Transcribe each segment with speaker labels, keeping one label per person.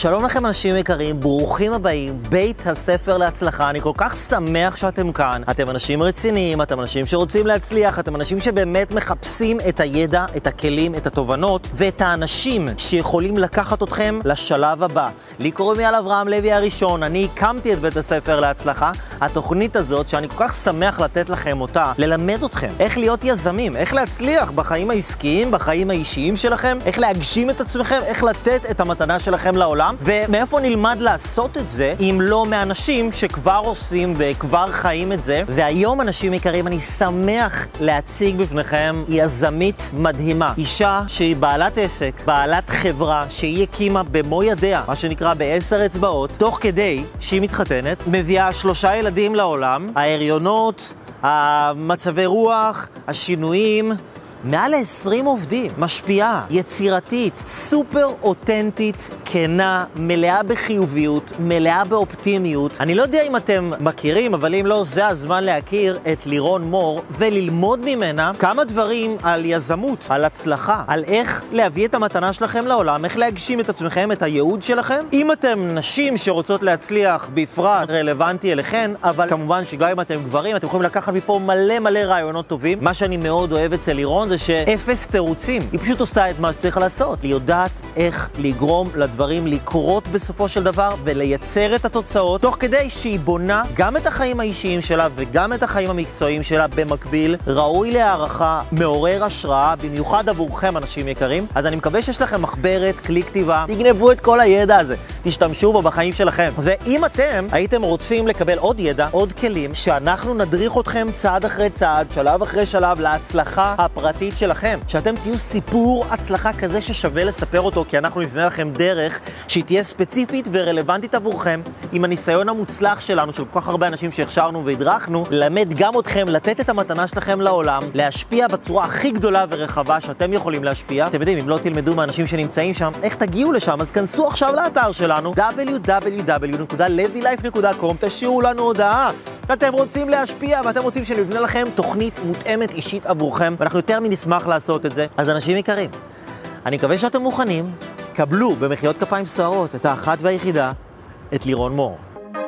Speaker 1: שלום לכם אנשים יקרים, ברוכים הבאים, בית הספר להצלחה. אני כל כך שמח שאתם כאן. אתם אנשים רציניים, אתם אנשים שרוצים להצליח, אתם אנשים שבאמת מחפשים את הידע, את הכלים, את התובנות ואת האנשים שיכולים לקחת אתכם לשלב הבא. לי קוראים יאל אברהם לוי הראשון, אני הקמתי את בית הספר להצלחה. התוכנית הזאת שאני כל כך שמח לתת לכם אותה, ללמד אתכם איך להיות יזמים, איך להצליח בחיים העסקיים, בחיים האישיים שלכם, איך להגשים את עצמכם, איך לתת את המתנה שלכם לעולם, ומאיפה נלמד לעשות את זה אם לא מאנשים שכבר עושים וכבר חיים את זה. והיום אנשים יקרים, אני שמח להציג בפניכם יזמית מדהימה, אישה שהיא בעלת עסק, בעלת חברה שהיא הקימה במו ידיה, מה שנקרא ב10 אצבעות, תוך כדי שהיא מתחתנת, מביאה 3 ילדים לעולם, ההריונות, המצבי רוח, השינויים, מעל 20 עובדים, משפיעה, יצירתית, סופר אותנטית, כנה, מלאה בחיוביות, מלאה באופטימיות. אני לא יודע אם אתם מכירים, אבל אם לא, זה הזמן להכיר את לירון מור וללמוד ממנה כמה דברים על יזמות, על הצלחה, על איך להביא את המתנה שלכם לעולם, איך להגשים את עצמכם, את הייעוד שלכם. אם אתם נשים שרוצות להצליח בפרט, רלוונטי אליכן, אבל כמובן שגם אם אתם גברים, אתם יכולים לקחת מפה מלא רעיונות טובים. מה שאני מאוד אוהב אצל לירון זה שאפס תירוצים. היא פשוט עושה את מה שצריך לעשות. היא יודעת איך לגרום לדברים לקרות בסופו של דבר ולייצר את התוצאות, תוך כדי שהיא בונה גם את החיים האישיים שלה וגם את החיים המקצועיים שלה במקביל. ראוי להערכה, מעורר השראה, במיוחד עבורכם אנשים יקרים. אז אני מקווה שיש לכם מחברת, כלי כתיבה, תגנבו את כל הידע הזה, תשתמשו בו בחיים שלכם. ואם אתם הייתם רוצים לקבל עוד ידע, עוד כלים, שאנחנו נדריך אתכם צעד אחרי צעד, שלב אחרי שלב, להצלחה הפרטית שלכם, שאתם תהיו סיפור הצלחה כזה ששווה לספר אותו, כי אנחנו נבנה לכם דרך שהיא תהיה ספציפית ורלוונטית עבורכם, עם הניסיון המוצלח שלנו, של כל כך הרבה אנשים שהכשרנו והדרכנו, ללמד גם אתכם, לתת את המתנה שלכם לעולם, להשפיע בצורה הכי גדולה ורחבה שאתם יכולים להשפיע. אתם יודעים, אם לא תלמדו מהאנשים שנמצאים שם, איך תגיעו לשם? אז כנסו עכשיו לאתר שלנו, www.levylife.com, תשאירו לנו הודעה. אתם רוצים להשפיע ואתם רוצים שנבנה לכם תוכנית מותאמת אישית עבורכם, ואנחנו יותר מנשמח לעשות את זה. אז אנשים יקרים, אני מקווה שאתם מוכנים, קבלו במחיאות כפיים סוערות את האחת והיחידה, את לירון מור.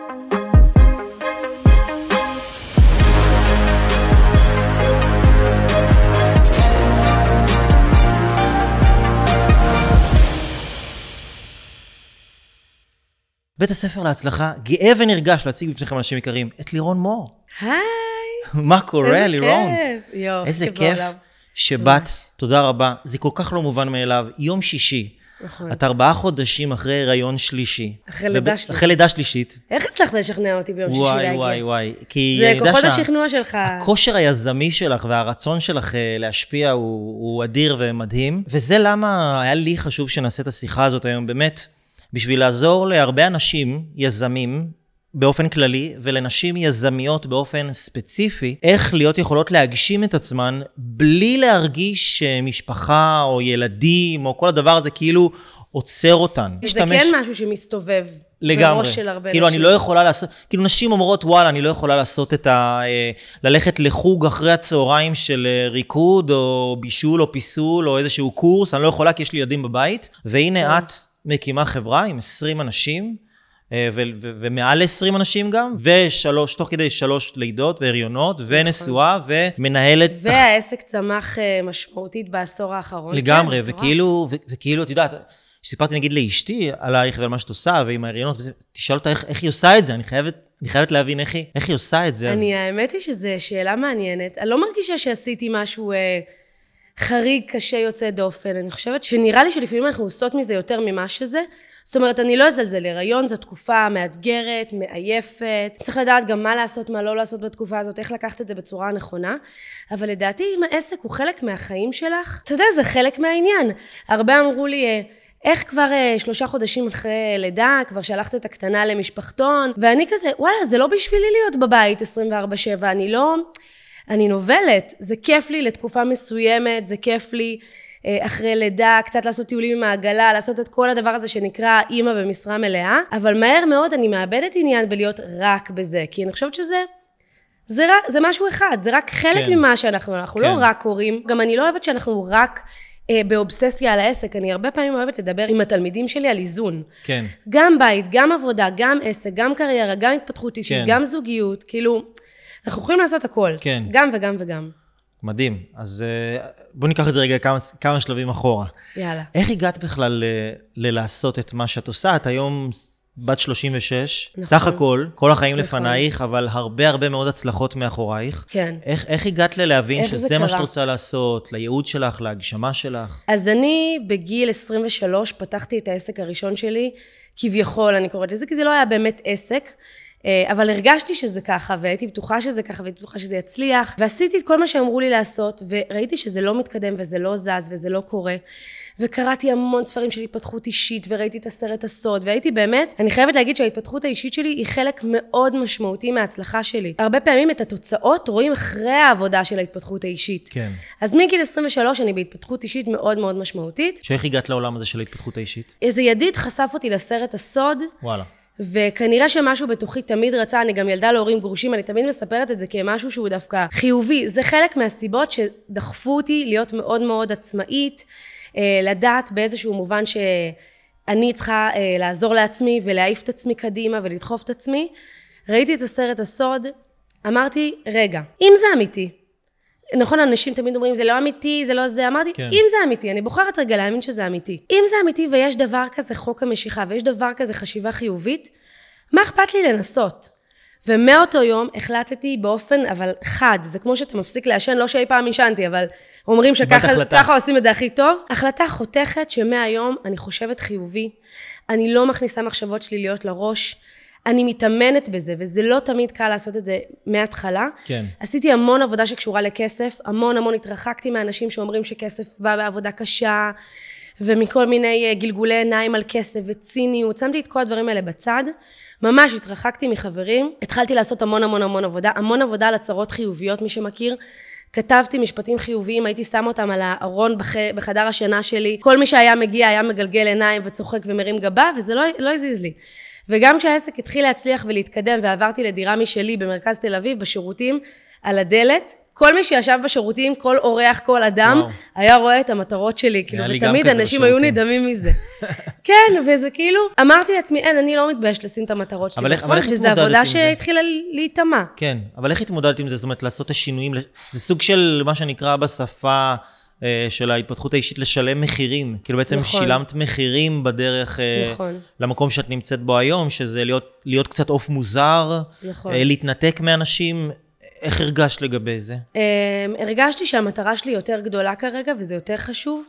Speaker 1: בית הספר להצלחה, גאה ונרגש להציג בפניכם אנשים יקרים, את לירון מור.
Speaker 2: היי!
Speaker 1: מה קורה, לירון?
Speaker 2: איזה
Speaker 1: כיף שבאת, תודה רבה. זה כל כך לא מובן מאליו. יום שישי, את 4 חודשים אחרי הריון שלישי. אחרי לידה שלישית.
Speaker 2: איך הצלחת לשכנע אותי ביום שישי להגיע?
Speaker 1: וואי.
Speaker 2: זה כוחות השכנוע שלך.
Speaker 1: הכושר היזמי שלך והרצון שלך להשפיע הוא אדיר ומדהים. וזה למה היה לי חשוב שנעשה את השיחה הזאת היום, באמת, בשביל לעזור להרבה אנשים יזמים באופן כללי, ולנשים יזמיות באופן ספציפי, איך להיות יכולות להגשים את עצמן, בלי להרגיש משפחה או ילדים, או כל הדבר הזה כאילו עוצר אותן.
Speaker 2: זה כן משהו שמסתובב בראש של הרבה
Speaker 1: כאילו
Speaker 2: נשים.
Speaker 1: אני לא יכולה לעשות, כאילו נשים אומרות, וואלה, אני לא יכולה לעשות ללכת לחוג אחרי הצהריים של ריקוד, או בישול, או פיסול, או איזשהו קורס, אני לא יכולה כי יש לי ילדים בבית, והנה את מקימה חברה עם 20 אנשים, ומעל 20 אנשים גם, תוך כדי 3 לידות והריונות, ונשואה, ומנהלת.
Speaker 2: והעסק צמח משמעותית בעשור האחרון.
Speaker 1: לגמרי, וכאילו, את יודעת, שסיפרתי נגיד לאשתי עלייך ועל מה שאת עושה, ועם ההריונות, תשאל אותה איך היא עושה את זה, אני חייבת להבין איך היא עושה את זה.
Speaker 2: האמת היא שזו שאלה מעניינת, אני לא מרגישה שעשיתי משהו חריג, קשה, יוצא דופן. אני חושבת שנראה לי שלפעמים אנחנו עושות מזה יותר ממה שזה. זאת אומרת, אני לא אזלזל להיריון, זו תקופה מאתגרת, מעייפת. צריך לדעת גם מה לעשות, מה לא לעשות בתקופה הזאת, איך לקחת את זה בצורה הנכונה. אבל לדעתי, אם העסק הוא חלק מהחיים שלך, אתה יודע, זה חלק מהעניין. הרבה אמרו לי, איך כבר 3 חודשים אחרי לידה, כבר שלחת את הקטנה למשפחתון, ואני כזה, וואלה, זה לא בשבילי להיות בבית 24/7, אני נובלת, זה כיף לי לתקופה מסוימת, זה כיף לי אחרי לידה, קצת לעשות טיולים עם העגלה, לעשות את כל הדבר הזה שנקרא אימא במשרה מלאה, אבל מהר מאוד אני מאבדת עניין בלהיות רק בזה, כי אני חושבת שזה משהו אחד, זה רק חלק ממה שאנחנו לא רק הורים, גם אני לא אוהבת שאנחנו רק באובססיה על העסק. אני הרבה פעמים אוהבת לדבר עם התלמידים שלי על איזון.
Speaker 1: כן.
Speaker 2: גם בית, גם עבודה, גם עסק, גם קריירה, גם התפתחות אישית, גם זוגיות, כאילו, אנחנו יכולים לעשות הכל.
Speaker 1: כן.
Speaker 2: גם וגם וגם.
Speaker 1: מדהים. אז בוא ניקח את זה רגע כמה שלבים אחורה.
Speaker 2: יאללה.
Speaker 1: איך הגעת בכלל לעשות את מה שאת עושה? את היום בת 36, נכון. סך הכל, כל החיים נכון. לפנייך, אבל הרבה מאוד הצלחות מאחורייך.
Speaker 2: כן.
Speaker 1: איך הגעת להבין שזה מה שאת רוצה לעשות, לייעוד שלך, להגשמה שלך?
Speaker 2: אז אני בגיל 23 פתחתי את העסק הראשון שלי, כביכול אני קוראת לזה, כי זה לא היה באמת עסק, אבל הרגשתי שזה ככה, והייתי בטוחה שזה ככה, והייתי בטוחה שזה יצליח, ועשיתי את כל מה שאמרו לי לעשות, וראיתי שזה לא מתקדם, וזה לא זז, וזה לא קורה. וקראתי המון ספרים של התפתחות אישית, וראיתי את הסרט הסוד, והייתי באמת, אני חייבת להגיד שההתפתחות האישית שלי היא חלק מאוד משמעותי מההצלחה שלי. הרבה פעמים את התוצאות רואים אחרי העבודה של ההתפתחות האישית.
Speaker 1: כן.
Speaker 2: אז מגיל 23 אני בהתפתחות אישית מאוד מאוד משמעותית.
Speaker 1: שאיך הגעת לעולם הזה של ההתפתחות האישית?
Speaker 2: איזה ידיד חשף אותי לסרט הסוד.
Speaker 1: וואלה.
Speaker 2: וכנראה שמשהו בתוכי תמיד רצה, אני גם ילדה להורים גרושים, אני תמיד מספרת את זה כמשהו שהוא דווקא חיובי. זה חלק מהסיבות שדחפו אותי להיות מאוד מאוד עצמאית, לדעת באיזשהו מובן שאני צריכה לעזור לעצמי ולהעיף את עצמי קדימה ולדחוף את עצמי. ראיתי את הסרט הסוד, אמרתי, רגע, אם זה אמיתי, נכון, אנשים תמיד אומרים, זה לא אמיתי, זה לא זה, אמרתי, כן. אם זה אמיתי, אני בוחרת רגע להאמין שזה אמיתי. אם זה אמיתי ויש דבר כזה חוק המשיכה, ויש דבר כזה חשיבה חיובית, מה אכפת לי לנסות? ומאותו יום החלטתי באופן, אבל חד, זה כמו שאתה מפסיק לעשן, לא שאי פעם עישנתי, אבל אומרים שככה עושים את זה הכי טוב. החלטה חותכת שמהיום אני חושבת חיובי, אני לא מכניסה מחשבות שליליות לראש, אני מתאמנת בזה, וזה לא תמיד קל לעשות את זה מההתחלה.
Speaker 1: כן.
Speaker 2: עשיתי המון עבודה שקשורה לכסף, המון התרחקתי מהאנשים שאומרים שכסף בא בעבודה קשה, ומכל מיני גלגולי עיניים על כסף וציניות, שמתי את כל הדברים האלה בצד, ממש התרחקתי מחברים, התחלתי לעשות המון עבודה, המון עבודה על הצהרות חיוביות, מי שמכיר, כתבתי משפטים חיוביים, הייתי שמה אותם על הארון בחדר השינה שלי, כל מי שהיה מגיע היה מגלגל עיניים וצוחק ומרים גבה, וזה לא הזיז לי. וגם כשהעסק התחיל להצליח ולהתקדם, ועברתי לדירה משלי במרכז תל אביב, בשירותים, על הדלת, כל מי שישב בשירותים, כל אורח, כל אדם, היה רואה את המטרות שלי, כאילו, ותמיד אנשים היו נדהמים מזה. כן, וזה כאילו, אמרתי לעצמי, אני לא מתביישת לשים את המטרות שלי בפרונט, וזו עבודה שהתחילה להתאמה.
Speaker 1: כן, אבל איך התמודדת עם זה? זאת אומרת, לעשות את השינויים, זה סוג של מה שנקרא בשפה של ההתפתחות האישית, לשלם מחירים. כאילו בעצם שילמת מחירים בדרך למקום שאת נמצאת בו היום, שזה להיות קצת אוף מוזר, להתנתק מאנשים. איך הרגשת לגבי זה?
Speaker 2: הרגשתי שהמטרה שלי יותר גדולה כרגע, וזה יותר חשוב.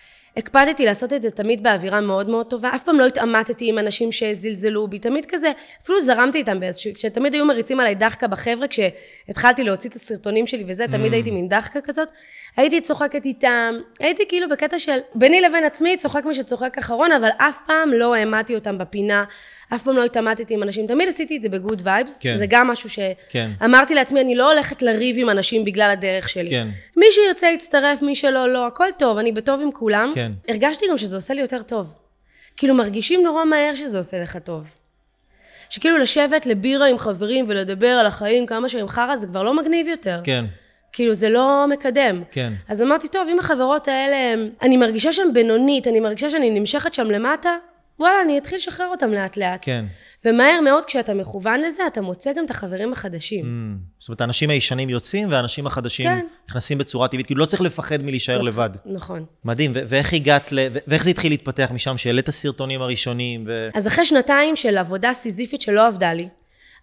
Speaker 2: הקפדתי לעשות את זה תמיד באווירה מאוד מאוד טובה. אף פעם לא התאמתתי עם אנשים שזלזלו בי, תמיד כזה, אפילו זרמתי איתם באיזשהו, כשתמיד היו מריצים עליי דחקה בחבר'ה, כשהתחלתי להוציא את הסרטונים שלי וזה, תמיד הייתי מין דחקה כזאת. הייתי צוחקת איתם, הייתי כאילו בקטע של ביני לבין עצמי, צוחק מי שצוחק אחרון, אבל אף פעם לא העמדתי אותם בפינה, אף פעם לא התאמתתי עם אנשים, תמיד עשיתי את זה בגוד וייבס, כן. זה גם משהו שאמרתי לעצמי, אני לא הולכת לריב עם אנשים בגלל הדרך שלי. כן. מי שירצה יצטרף, מי שלא, לא, הכל טוב, אני בטוב עם כולם. כן. הרגשתי גם שזה עושה לי יותר טוב. כאילו מרגישים נורא מהר שזה עושה לך טוב. שכאילו לשבת לבירה עם חברים ולדבר על החיים כמה שהם חרה, זה כבר לא מגניב יותר. כן. כאילו זה לא מקדם. כן. אז אמרתי, טוב, אם החברות האלה, אני מרגישה שם בינונית, אני מרגישה שאני נמשכת שם למטה, וואלה, אני אתחיל לשחרר אותם לאט לאט. כן. ומהר מאוד כשאתה מכוון לזה, אתה מוצא גם את החברים החדשים. זאת אומרת, האנשים הישנים יוצאים, והאנשים החדשים נכנסים בצורה טבעית, כאילו לא צריך לפחד מלהישאר לבד. נכון. מדהים, ואיך הגעת, ואיך זה התחיל להתפתח משם, שהעלית הסרטונים הראשונים? אז אחרי שנתיים של עבודה סיזיפית שלא עבדה לי,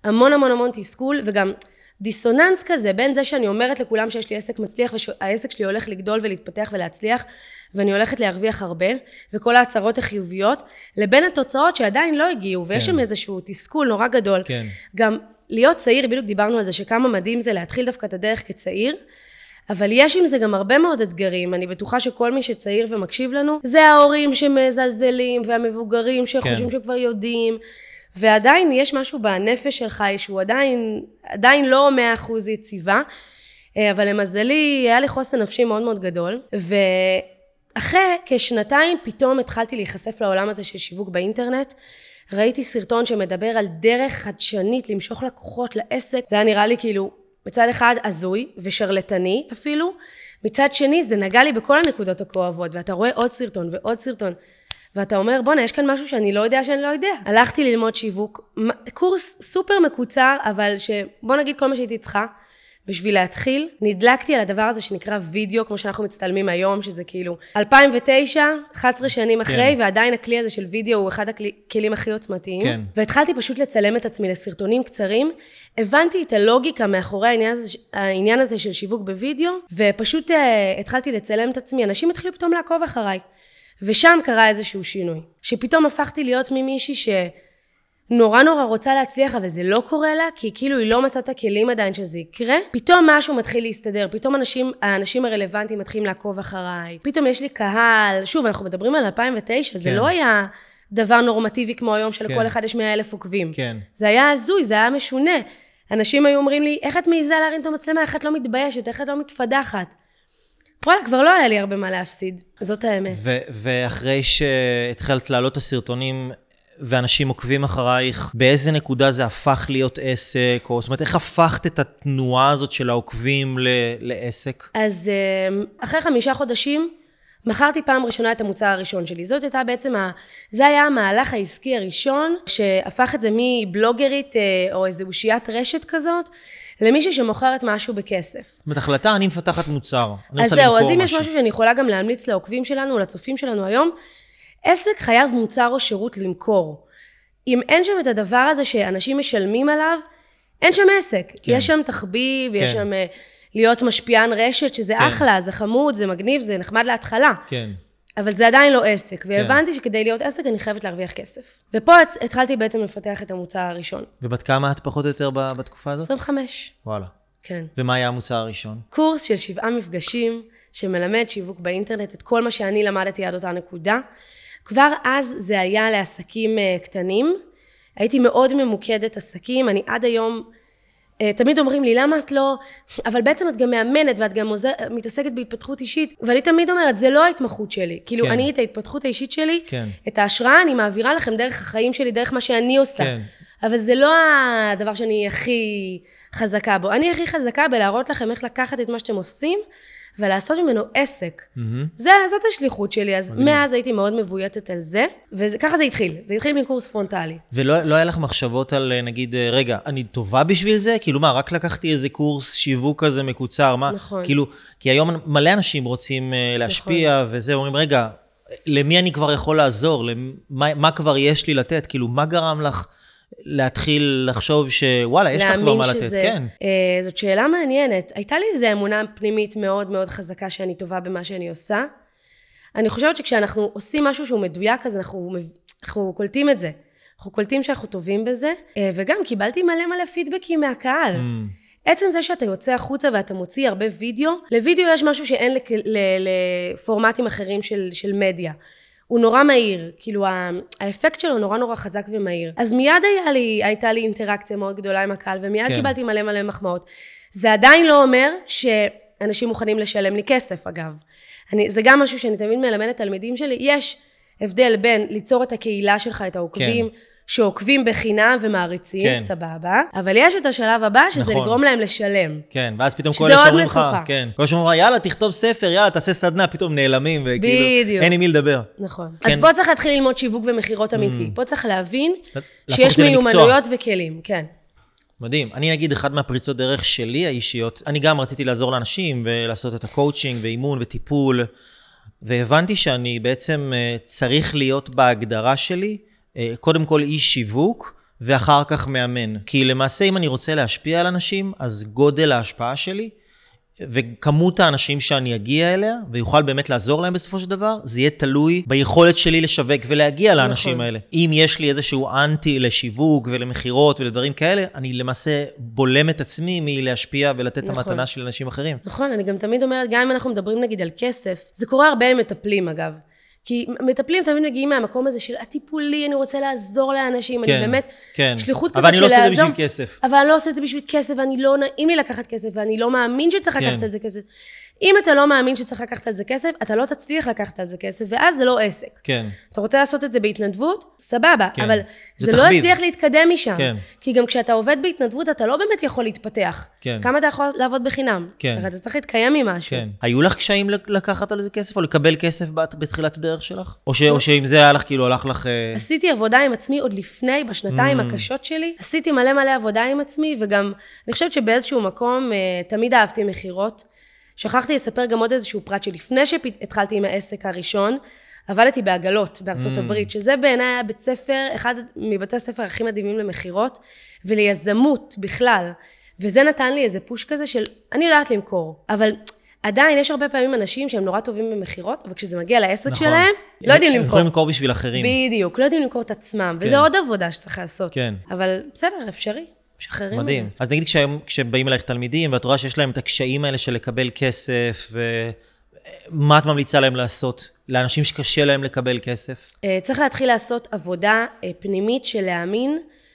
Speaker 2: המון תסכול, וגם דיסוננס כזה, בין זה שאני אומרת לכולם שיש לי עסק מצליח, והעסק שלי הולך לגדול ולהתפתח ולהצליח, ואני הולכת להרוויח הרבה, וכל ההצהרות החיוביות, לבין התוצאות שעדיין לא הגיעו, ויש שם איזשהו תסכול נורא גדול. כן. גם להיות צעיר, בדיוק דיברנו על זה, שכמה מדהים זה להתחיל דווקא את הדרך כצעיר, אבל יש עם זה גם הרבה מאוד אתגרים, אני בטוחה שכל מי שצעיר ומקשיב לנו, זה ההורים שמזלזלים, והמבוגרים שחושבים שכבר יודעים, ועדיין יש משהו בנפש שלך, שהוא עדיין לא 100% יציבה, אבל למזלי, היה לי חוסן נפשי מאוד מאוד גדול, ואחרי כשנתיים פתאום התחלתי להיחשף לעולם הזה של שיווק באינטרנט, ראיתי סרטון שמדבר על דרך חדשנית למשוך לקוחות לעסק, זה היה נראה לי כאילו, בצד אחד הזוי ושרלטני אפילו, מצד שני, זה נגע לי בכל הנקודות הכואבות, ואתה רואה עוד סרטון ועוד סרטון, ואתה אומר, בונה, יש כאן משהו שאני לא יודע שאני לא יודע. הלכתי ללמוד שיווק, קורס סופר מקוצר, אבל בוא נגיד כל מה שהייתי צריכה, בשביל להתחיל, נדלקתי על הדבר הזה שנקרא וידאו, כמו שאנחנו מצטלמים היום, שזה כאילו 2009, 11 שנים אחרי, ועדיין הכלי הזה של וידאו הוא אחד הכלים הכי עוצמתיים. כן. והתחלתי פשוט לצלם את עצמי לסרטונים קצרים, הבנתי את הלוגיקה מאחורי העניין הזה של שיווק בוידאו, ופשוט התחלתי לצלם את עצמי, אנשים התחילו פתאום לעקוב אחריי. ושם קרה איזשהו שינוי, שפתאום הפכתי להיות ממישהי נורא רוצה להצליח, אבל זה לא קורה לה, כי כאילו היא לא מצאת הכלים עדיין שזה יקרה. פתאום משהו מתחיל להסתדר, פתאום האנשים הרלוונטיים מתחילים לעקוב אחריי. פתאום יש לי קהל, שוב, אנחנו מדברים על 2009, זה לא היה דבר נורמטיבי כמו היום, שלכל אחד יש 100,000 עוקבים. זה היה הזוי, זה היה משונה. אנשים היו אומרים לי, איך את מעיזה להרים את המצלמה, איך את לא מתביישת, איך את לא מתפדחת. וואלה, כבר לא היה לי הרבה מה להפסיד. זאת האמת.
Speaker 1: ואחרי שהתחלת לעלות את הסרטונים, ואנשים עוקבים אחרייך, באיזה נקודה זה הפך להיות עסק, או זאת אומרת, איך הפכת את התנועה הזאת של העוקבים לעסק?
Speaker 2: אז אחרי 5 חודשים, מכרתי פעם ראשונה את המוצר הראשון שלי. זאת הייתה בעצם, זה היה המהלך העסקי הראשון, שהפך את זה מבלוגרית, או איזו אושיית רשת כזאת, למישהו שמוכרת משהו בכסף.
Speaker 1: זאת אומרת, החלטה, אני מפתחת מוצר.
Speaker 2: אז זהו, אז אם יש משהו שאני יכולה גם להמליץ לעוקבים שלנו, לצופים שלנו היום, עסק חייב מוצר או שירות למכור. אם אין שם את הדבר הזה שאנשים משלמים עליו, אין שם עסק. כן. יש שם תחביב, כן. יש שם להיות משפיען רשת, שזה כן. אחלה, זה חמוד, זה מגניב, זה נחמד להתחלה. כן. אבל זה עדיין לא עסק. והבנתי שכדי להיות עסק, אני חייבת להרוויח כסף. ופה התחלתי בעצם לפתח את המוצר הראשון.
Speaker 1: ובת כמה את פחות או יותר בתקופה הזאת?
Speaker 2: 25.
Speaker 1: וואלה.
Speaker 2: כן.
Speaker 1: ומה היה המוצר הראשון?
Speaker 2: קורס של 7 מפגשים, שמלמד שיווק באינטרנט, את כל מה שאני למדתי עד אותה נקודה. כבר אז זה היה לעסקים קטנים, הייתי מאוד ממוקדת עסקים, אני עד היום, תמיד אומרים לי, למה את לא, אבל בעצם את גם מאמנת, ואת גם מתעסקת בהתפתחות אישית, ואני תמיד אומרת, זה לא ההתמחות שלי, כאילו כן. אני את ההתפתחות האישית שלי, כן. את ההשראה אני מעבירה לכם דרך החיים שלי, דרך מה שאני עושה, כן. אבל זה לא הדבר שאני הכי חזקה בו, אני הכי חזקה בלהראות לכם איך לקחת את מה שאתם עושים, ולעשות ממנו עסק. זאת השליחות שלי, אז מאז הייתי מאוד מבויתת על זה, וככה זה התחיל. זה התחיל מקורס פרונטלי.
Speaker 1: ולא היה לך מחשבות על, נגיד, רגע, אני טובה בשביל זה? כאילו מה, רק לקחתי איזה קורס שיווק כזה מקוצר, מה? נכון. כאילו, כי היום מלא אנשים רוצים להשפיע, וזה, אומרים, רגע, למי אני כבר יכול לעזור? מה כבר יש לי לתת? כאילו, מה גרם לך להתחיל לחשוב שוואלה, יש לך כבר מה לתת, כן.
Speaker 2: זאת שאלה מעניינת. הייתה לי איזו אמונה פנימית מאוד מאוד חזקה שאני טובה במה שאני עושה. אני חושבת שכשאנחנו עושים משהו שהוא מדויק, אז אנחנו קולטים את זה. אנחנו קולטים שאנחנו טובים בזה, וגם קיבלתי מלא פידבקים מהקהל. עצם זה שאתה יוצא החוצה ואתה מוציא הרבה וידאו, לוידאו יש משהו שאין לפורמטים אחרים של מדיה. הוא נורא מהיר, כאילו האפקט שלו נורא חזק ומהיר. אז מיד הייתה לי אינטראקציה מאוד גדולה עם הקהל, ומיד כן. קיבלתי מלא מחמאות. זה עדיין לא אומר שאנשים מוכנים לשלם לי כסף, אגב. זה גם משהו שאני תמיד מלמדת תלמידים שלי, יש הבדל בין ליצור את הקהילה שלך, את העוקבים, כן. שעוקבים בחינם ומעריצים, כן. סבבה, אבל יש את השלב הבא, שזה נכון. לגרום להם לשלם.
Speaker 1: כן, ואז פתאום כל שאומרים לך, כן, כל שאומרים לך, יאללה, תכתוב ספר, יאללה, תעשה סדנה, פתאום נעלמים, וכאילו, אין עם מי לדבר.
Speaker 2: נכון. כן. אז פה צריך להתחיל ללמוד שיווק ומחירות אמיתי. פה צריך להבין שיש מיומנויות וכלים, כן.
Speaker 1: מדהים. אני נגיד, אחד מהפריצות דרך שלי האישיות, אני גם רציתי לעזור לאנשים, ולעשות את הקואוצ'ינג, ואימון וטיפול, והבנתי שאני בעצם צריך להיות בהגדרה שלי, קודם כל איש שיווק, ואחר כך מאמן. כי למעשה אם אני רוצה להשפיע על אנשים, אז גודל ההשפעה שלי, וכמות האנשים שאני אגיע אליה, ויוכל באמת לעזור להם בסופו של דבר, זה יהיה תלוי ביכולת שלי לשווק ולהגיע לאנשים האלה. אם יש לי איזשהו אנטי לשיווק ולמחירות ולדברים כאלה, אני למעשה בולם את עצמי מלהשפיע ולתת את המתנה של אנשים אחרים.
Speaker 2: נכון, אני גם תמיד אומרת, גם אם אנחנו מדברים נגיד על כסף, זה קורה הרבה עם מטפלים אגב. כי מטפלים תמיד מגיעים מהמקום הזה של הטיפולי, אני רוצה לעזור לאנשים,
Speaker 1: כן,
Speaker 2: אני באמת,
Speaker 1: כן.
Speaker 2: שליחות כזאת
Speaker 1: של לעזור. אבל אני לא עושה את זה בשביל כסף.
Speaker 2: אבל אני לא עושה את זה בשביל כסף, ואני לא נעים לי לקחת כסף, ואני לא מאמין שצריך לקחת את זה כסף. אם אתה לא מאמין שצריך לקחת על זה כסף, אתה לא תצליח לקחת על זה כסף, ואז זה לא עסק.
Speaker 1: כן.
Speaker 2: אתה רוצה לעשות את זה בהתנדבות? סבבה,
Speaker 1: כן.
Speaker 2: אבל זה לא יצליח להתקדם משם.
Speaker 1: כן.
Speaker 2: כי גם כשאתה עובד בהתנדבות, אתה לא באמת יכול להתפתח.
Speaker 1: כן.
Speaker 2: כמה אתה יכול לעבוד בחינם?
Speaker 1: כן.
Speaker 2: אתה צריך להתקיים ממשהו.
Speaker 1: כן. היו לך קשיים לקחת על זה כסף, או לקבל כסף בתחילת הדרך שלך? או שאם זה היה לך, כאילו, הלך לך...
Speaker 2: עשיתי עבודה עם עצמי עוד לפני, בשנתיים הקשות שלי. עשיתי מלא עבודה עם עצמי, וגם, אני חושבת שבאיזשהו מקום, תמיד אהבתי מחירות. שכחתי לספר גם עוד איזשהו פרט, שלפני שהתחלתי עם העסק הראשון, עבדתי בעגלות בארצות הברית, שזה בעיניי היה בית ספר, אחד מבתי הספר הכי מדהימים למחירות, וליזמות בכלל. וזה נתן לי איזה פוש כזה של, אני יודעת למכור, אבל עדיין יש הרבה פעמים אנשים שהם נורא טובים במחירות, אבל כשזה מגיע לעסק שלהם, לא יודעים למכור.
Speaker 1: הם יכולים למכור בשביל אחרים.
Speaker 2: בדיוק, לא יודעים למכור את עצמם, וזה עוד עבודה שצריך לעשות.
Speaker 1: כן.
Speaker 2: אבל בסדר, אפשרי. משחררים.
Speaker 1: מדהים. אז נגיד כשבאים אלייך תלמידים, ואת רואה שיש להם את הקשיים האלה של לקבל כסף, ומה את ממליצה להם לעשות? לאנשים שקשה להם לקבל כסף?
Speaker 2: צריך להתחיל לעשות עבודה פנימית של להאמין,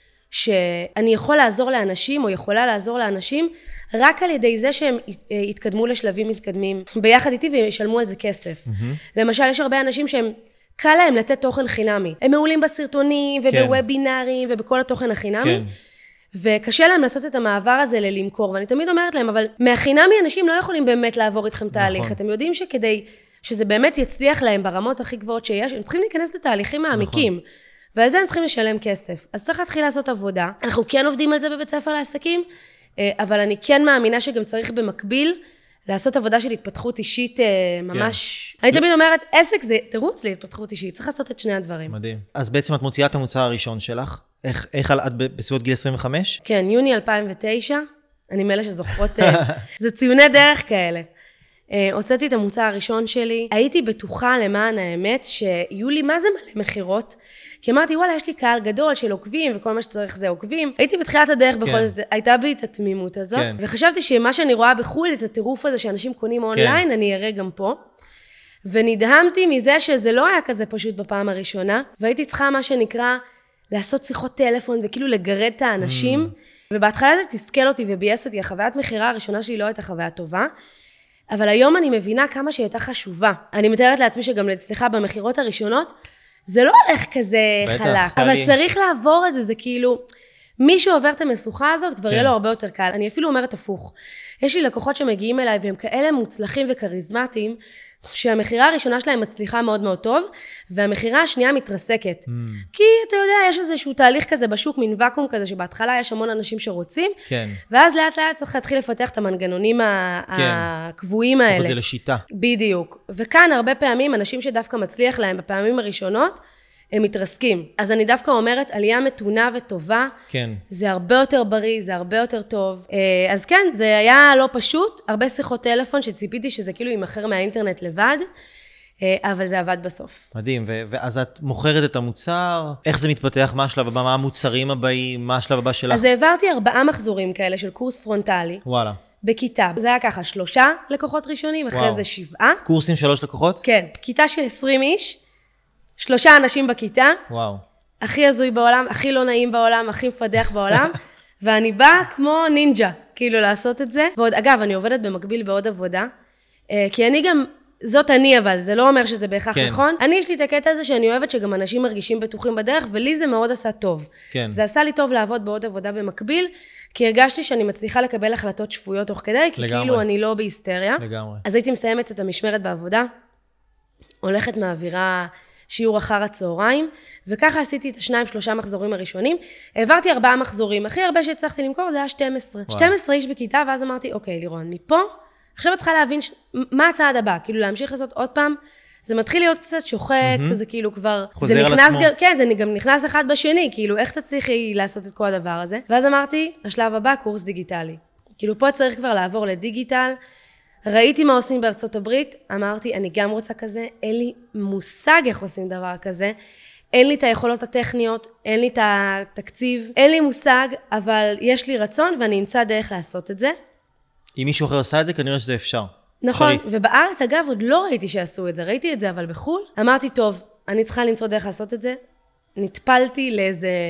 Speaker 2: שאני יכול לעזור לאנשים, או יכולה לעזור לאנשים, רק על ידי זה שהם יתקדמו לשלבים מתקדמים, ביחד איתי וישלמו על זה כסף. למשל, יש הרבה אנשים שהם, קל להם לתת תוכן חינמי. הם מעולים בסרטונים, ובוובינרים, ובכל התוכן החינמי. וקשה להם לעשות את המעבר הזה ללמכור, ואני תמיד אומרת להם, אבל מהחינמי אנשים לא יכולים באמת לעבור איתכם תהליך. אתם יודעים שכדי שזה באמת יצליח להם ברמות הכי גבוהות שיש, הם צריכים להיכנס לתהליכים מעמיקים. ועל זה הם צריכים לשלם כסף. אז צריך להתחיל לעשות עבודה. אנחנו כן עובדים על זה בבית ספר לעסקים, אבל אני כן מאמינה שגם צריך במקביל לעשות עבודה של התפתחות אישית ממש... אני תמיד אומרת, עסק זה תירוץ להתפתחות אישית. צריך לעשות את שני הדברים.
Speaker 1: מדהים. אז בעצם את מוציאה את המוצר הראשון שלך. איך את בסביבות גיל 25?
Speaker 2: כן, יוני 2009. אני מאלה שזוכרות... זה ציוני דרך כאלה. הוצאתי את המוצר הראשון שלי. הייתי בטוחה למען האמת שיהיו לי מה זה מלא מחירות. כי אמרתי, וואלה, יש לי קהל גדול של עוקבים, וכל מה שצריך זה עוקבים. הייתי בתחילת הדרך בכל זאת, הייתה בי את התמימות הזאת, וחשבתי שמה שאני רואה בחו"ל, את הטירוף הזה שאנשים קונים אונליין, אני אראה גם פה. ונדהמתי מזה שזה לא היה כזה פשוט בפעם הראשונה, והייתי צריכה מה שנקרא לעשות שיחות טלפון, וכאילו לגרד את האנשים, ובהתחלה זה תסכל אותי ובייס אותי, החוויית מחירה הראשונה שלי לא הייתה חוויה טובה, אבל היום אני מבינה כמה שהיא הייתה חשובה. אני מתארת לעצמי שגם סליחה, במחירות הראשונות, זה לא הולך כזה חלק, אבל צריך לעבור את זה, זה כאילו, מי שעובר את המשוכה הזאת, כבר יהיה לו הרבה יותר קל. אני אפילו אומרת הפוך. יש לי לקוחות שמגיעים אליי, והם כאלה מוצלחים וכריזמטיים, שהמחירה הראשונה שלהם מצליחה מאוד מאוד טוב, והמחירה השנייה מתרסקת. כי אתה יודע, יש איזשהו תהליך כזה בשוק, מין וקום כזה, שבהתחלה יש המון אנשים שרוצים, ואז לאט לאט צריך להתחיל לפתח את המנגנונים הקבועים האלה.
Speaker 1: זה לשיטה.
Speaker 2: בדיוק. וכאן הרבה פעמים, אנשים שדווקא מצליח להם בפעמים הראשונות, הם מתרסקים. אז אני דווקא אומרת, עלייה מתונה וטובה, זה הרבה יותר בריא, זה הרבה יותר טוב. אז כן, זה היה לא פשוט, הרבה שיחות טלפון שציפיתי שזה כאילו יימכר מהאינטרנט לבד, אבל זה עבד בסוף.
Speaker 1: מדהים, ואז את מוכרת את המוצר, איך זה מתפתח, מה השלב הבא, מה המוצרים הבאים, מה השלב הבא שלך?
Speaker 2: אז העברתי 4 מחזורים כאלה של קורס פרונטלי.
Speaker 1: וואלה.
Speaker 2: בכיתה. זה היה ככה, 3 לקוחות ראשונים, אחרי זה 7.
Speaker 1: קורסים 3 לקוחות?
Speaker 2: כן, כיתה של 20 איש, 3 אנשים בכיתה.
Speaker 1: וואו.
Speaker 2: הכי הזוי בעולם, הכי לא נעים בעולם, הכי מפדח בעולם, ואני באה כמו נינג'ה, כאילו לעשות את זה. ועוד, אגב, אני עובדת במקביל בעוד עבודה, כי אני גם, זאת אני אבל, זה לא אומר שזה בהכרח נכון. אני יש לי את הקטע הזה שאני אוהבת שגם אנשים מרגישים בטוחים בדרך, ולי זה מאוד עשה טוב. זה עשה לי טוב לעבוד בעוד עבודה במקביל, כי הרגשתי שאני מצליחה לקבל החלטות שפויות תוך כדי, כי כאילו אני לא בהיסטריה.
Speaker 1: לגמרי.
Speaker 2: אז הייתי מסיימת את המשמרת בעבודה, הולכת מעבירה שיעור אחר הצהריים, וככה עשיתי את 2-3 מחזורים הראשונים, העברתי 4 מחזורים, הכי הרבה שהצלחתי למכור זה היה 12. 12 איש בכיתה, ואז אמרתי, אוקיי, לירון, מפה, עכשיו את צריכה להבין מה הצעד הבא, כאילו להמשיך לעשות עוד פעם, זה מתחיל להיות קצת שוחק, זה כאילו כבר,
Speaker 1: חוזר על עצמו.
Speaker 2: כן, זה גם נכנס אחד בשני, כאילו איך תצליחי לעשות את כל הדבר הזה, ואז אמרתי, השלב הבא, קורס דיגיטלי. כאילו פה צריך כבר לעבור לדיגיטל, ראיתי מה עושים בארצות הברית, אמרתי, אני גם רוצה כזה, אין לי מושג איך עושים דבר כזה, אין לי את היכולות הטכניות, אין לי את התקציב, אין לי מושג, אבל יש לי רצון ואני אמצא דרך לעשות את זה.
Speaker 1: אם מישהו אחר עשה את זה, כנראה שזה אפשר.
Speaker 2: נכון, ובארץ אגב עוד לא ראיתי שעשו את זה, ראיתי את זה, אבל בחול, אמרתי, טוב, אני צריכה למצוא דרך לעשות את זה, נטפלתי לאיזה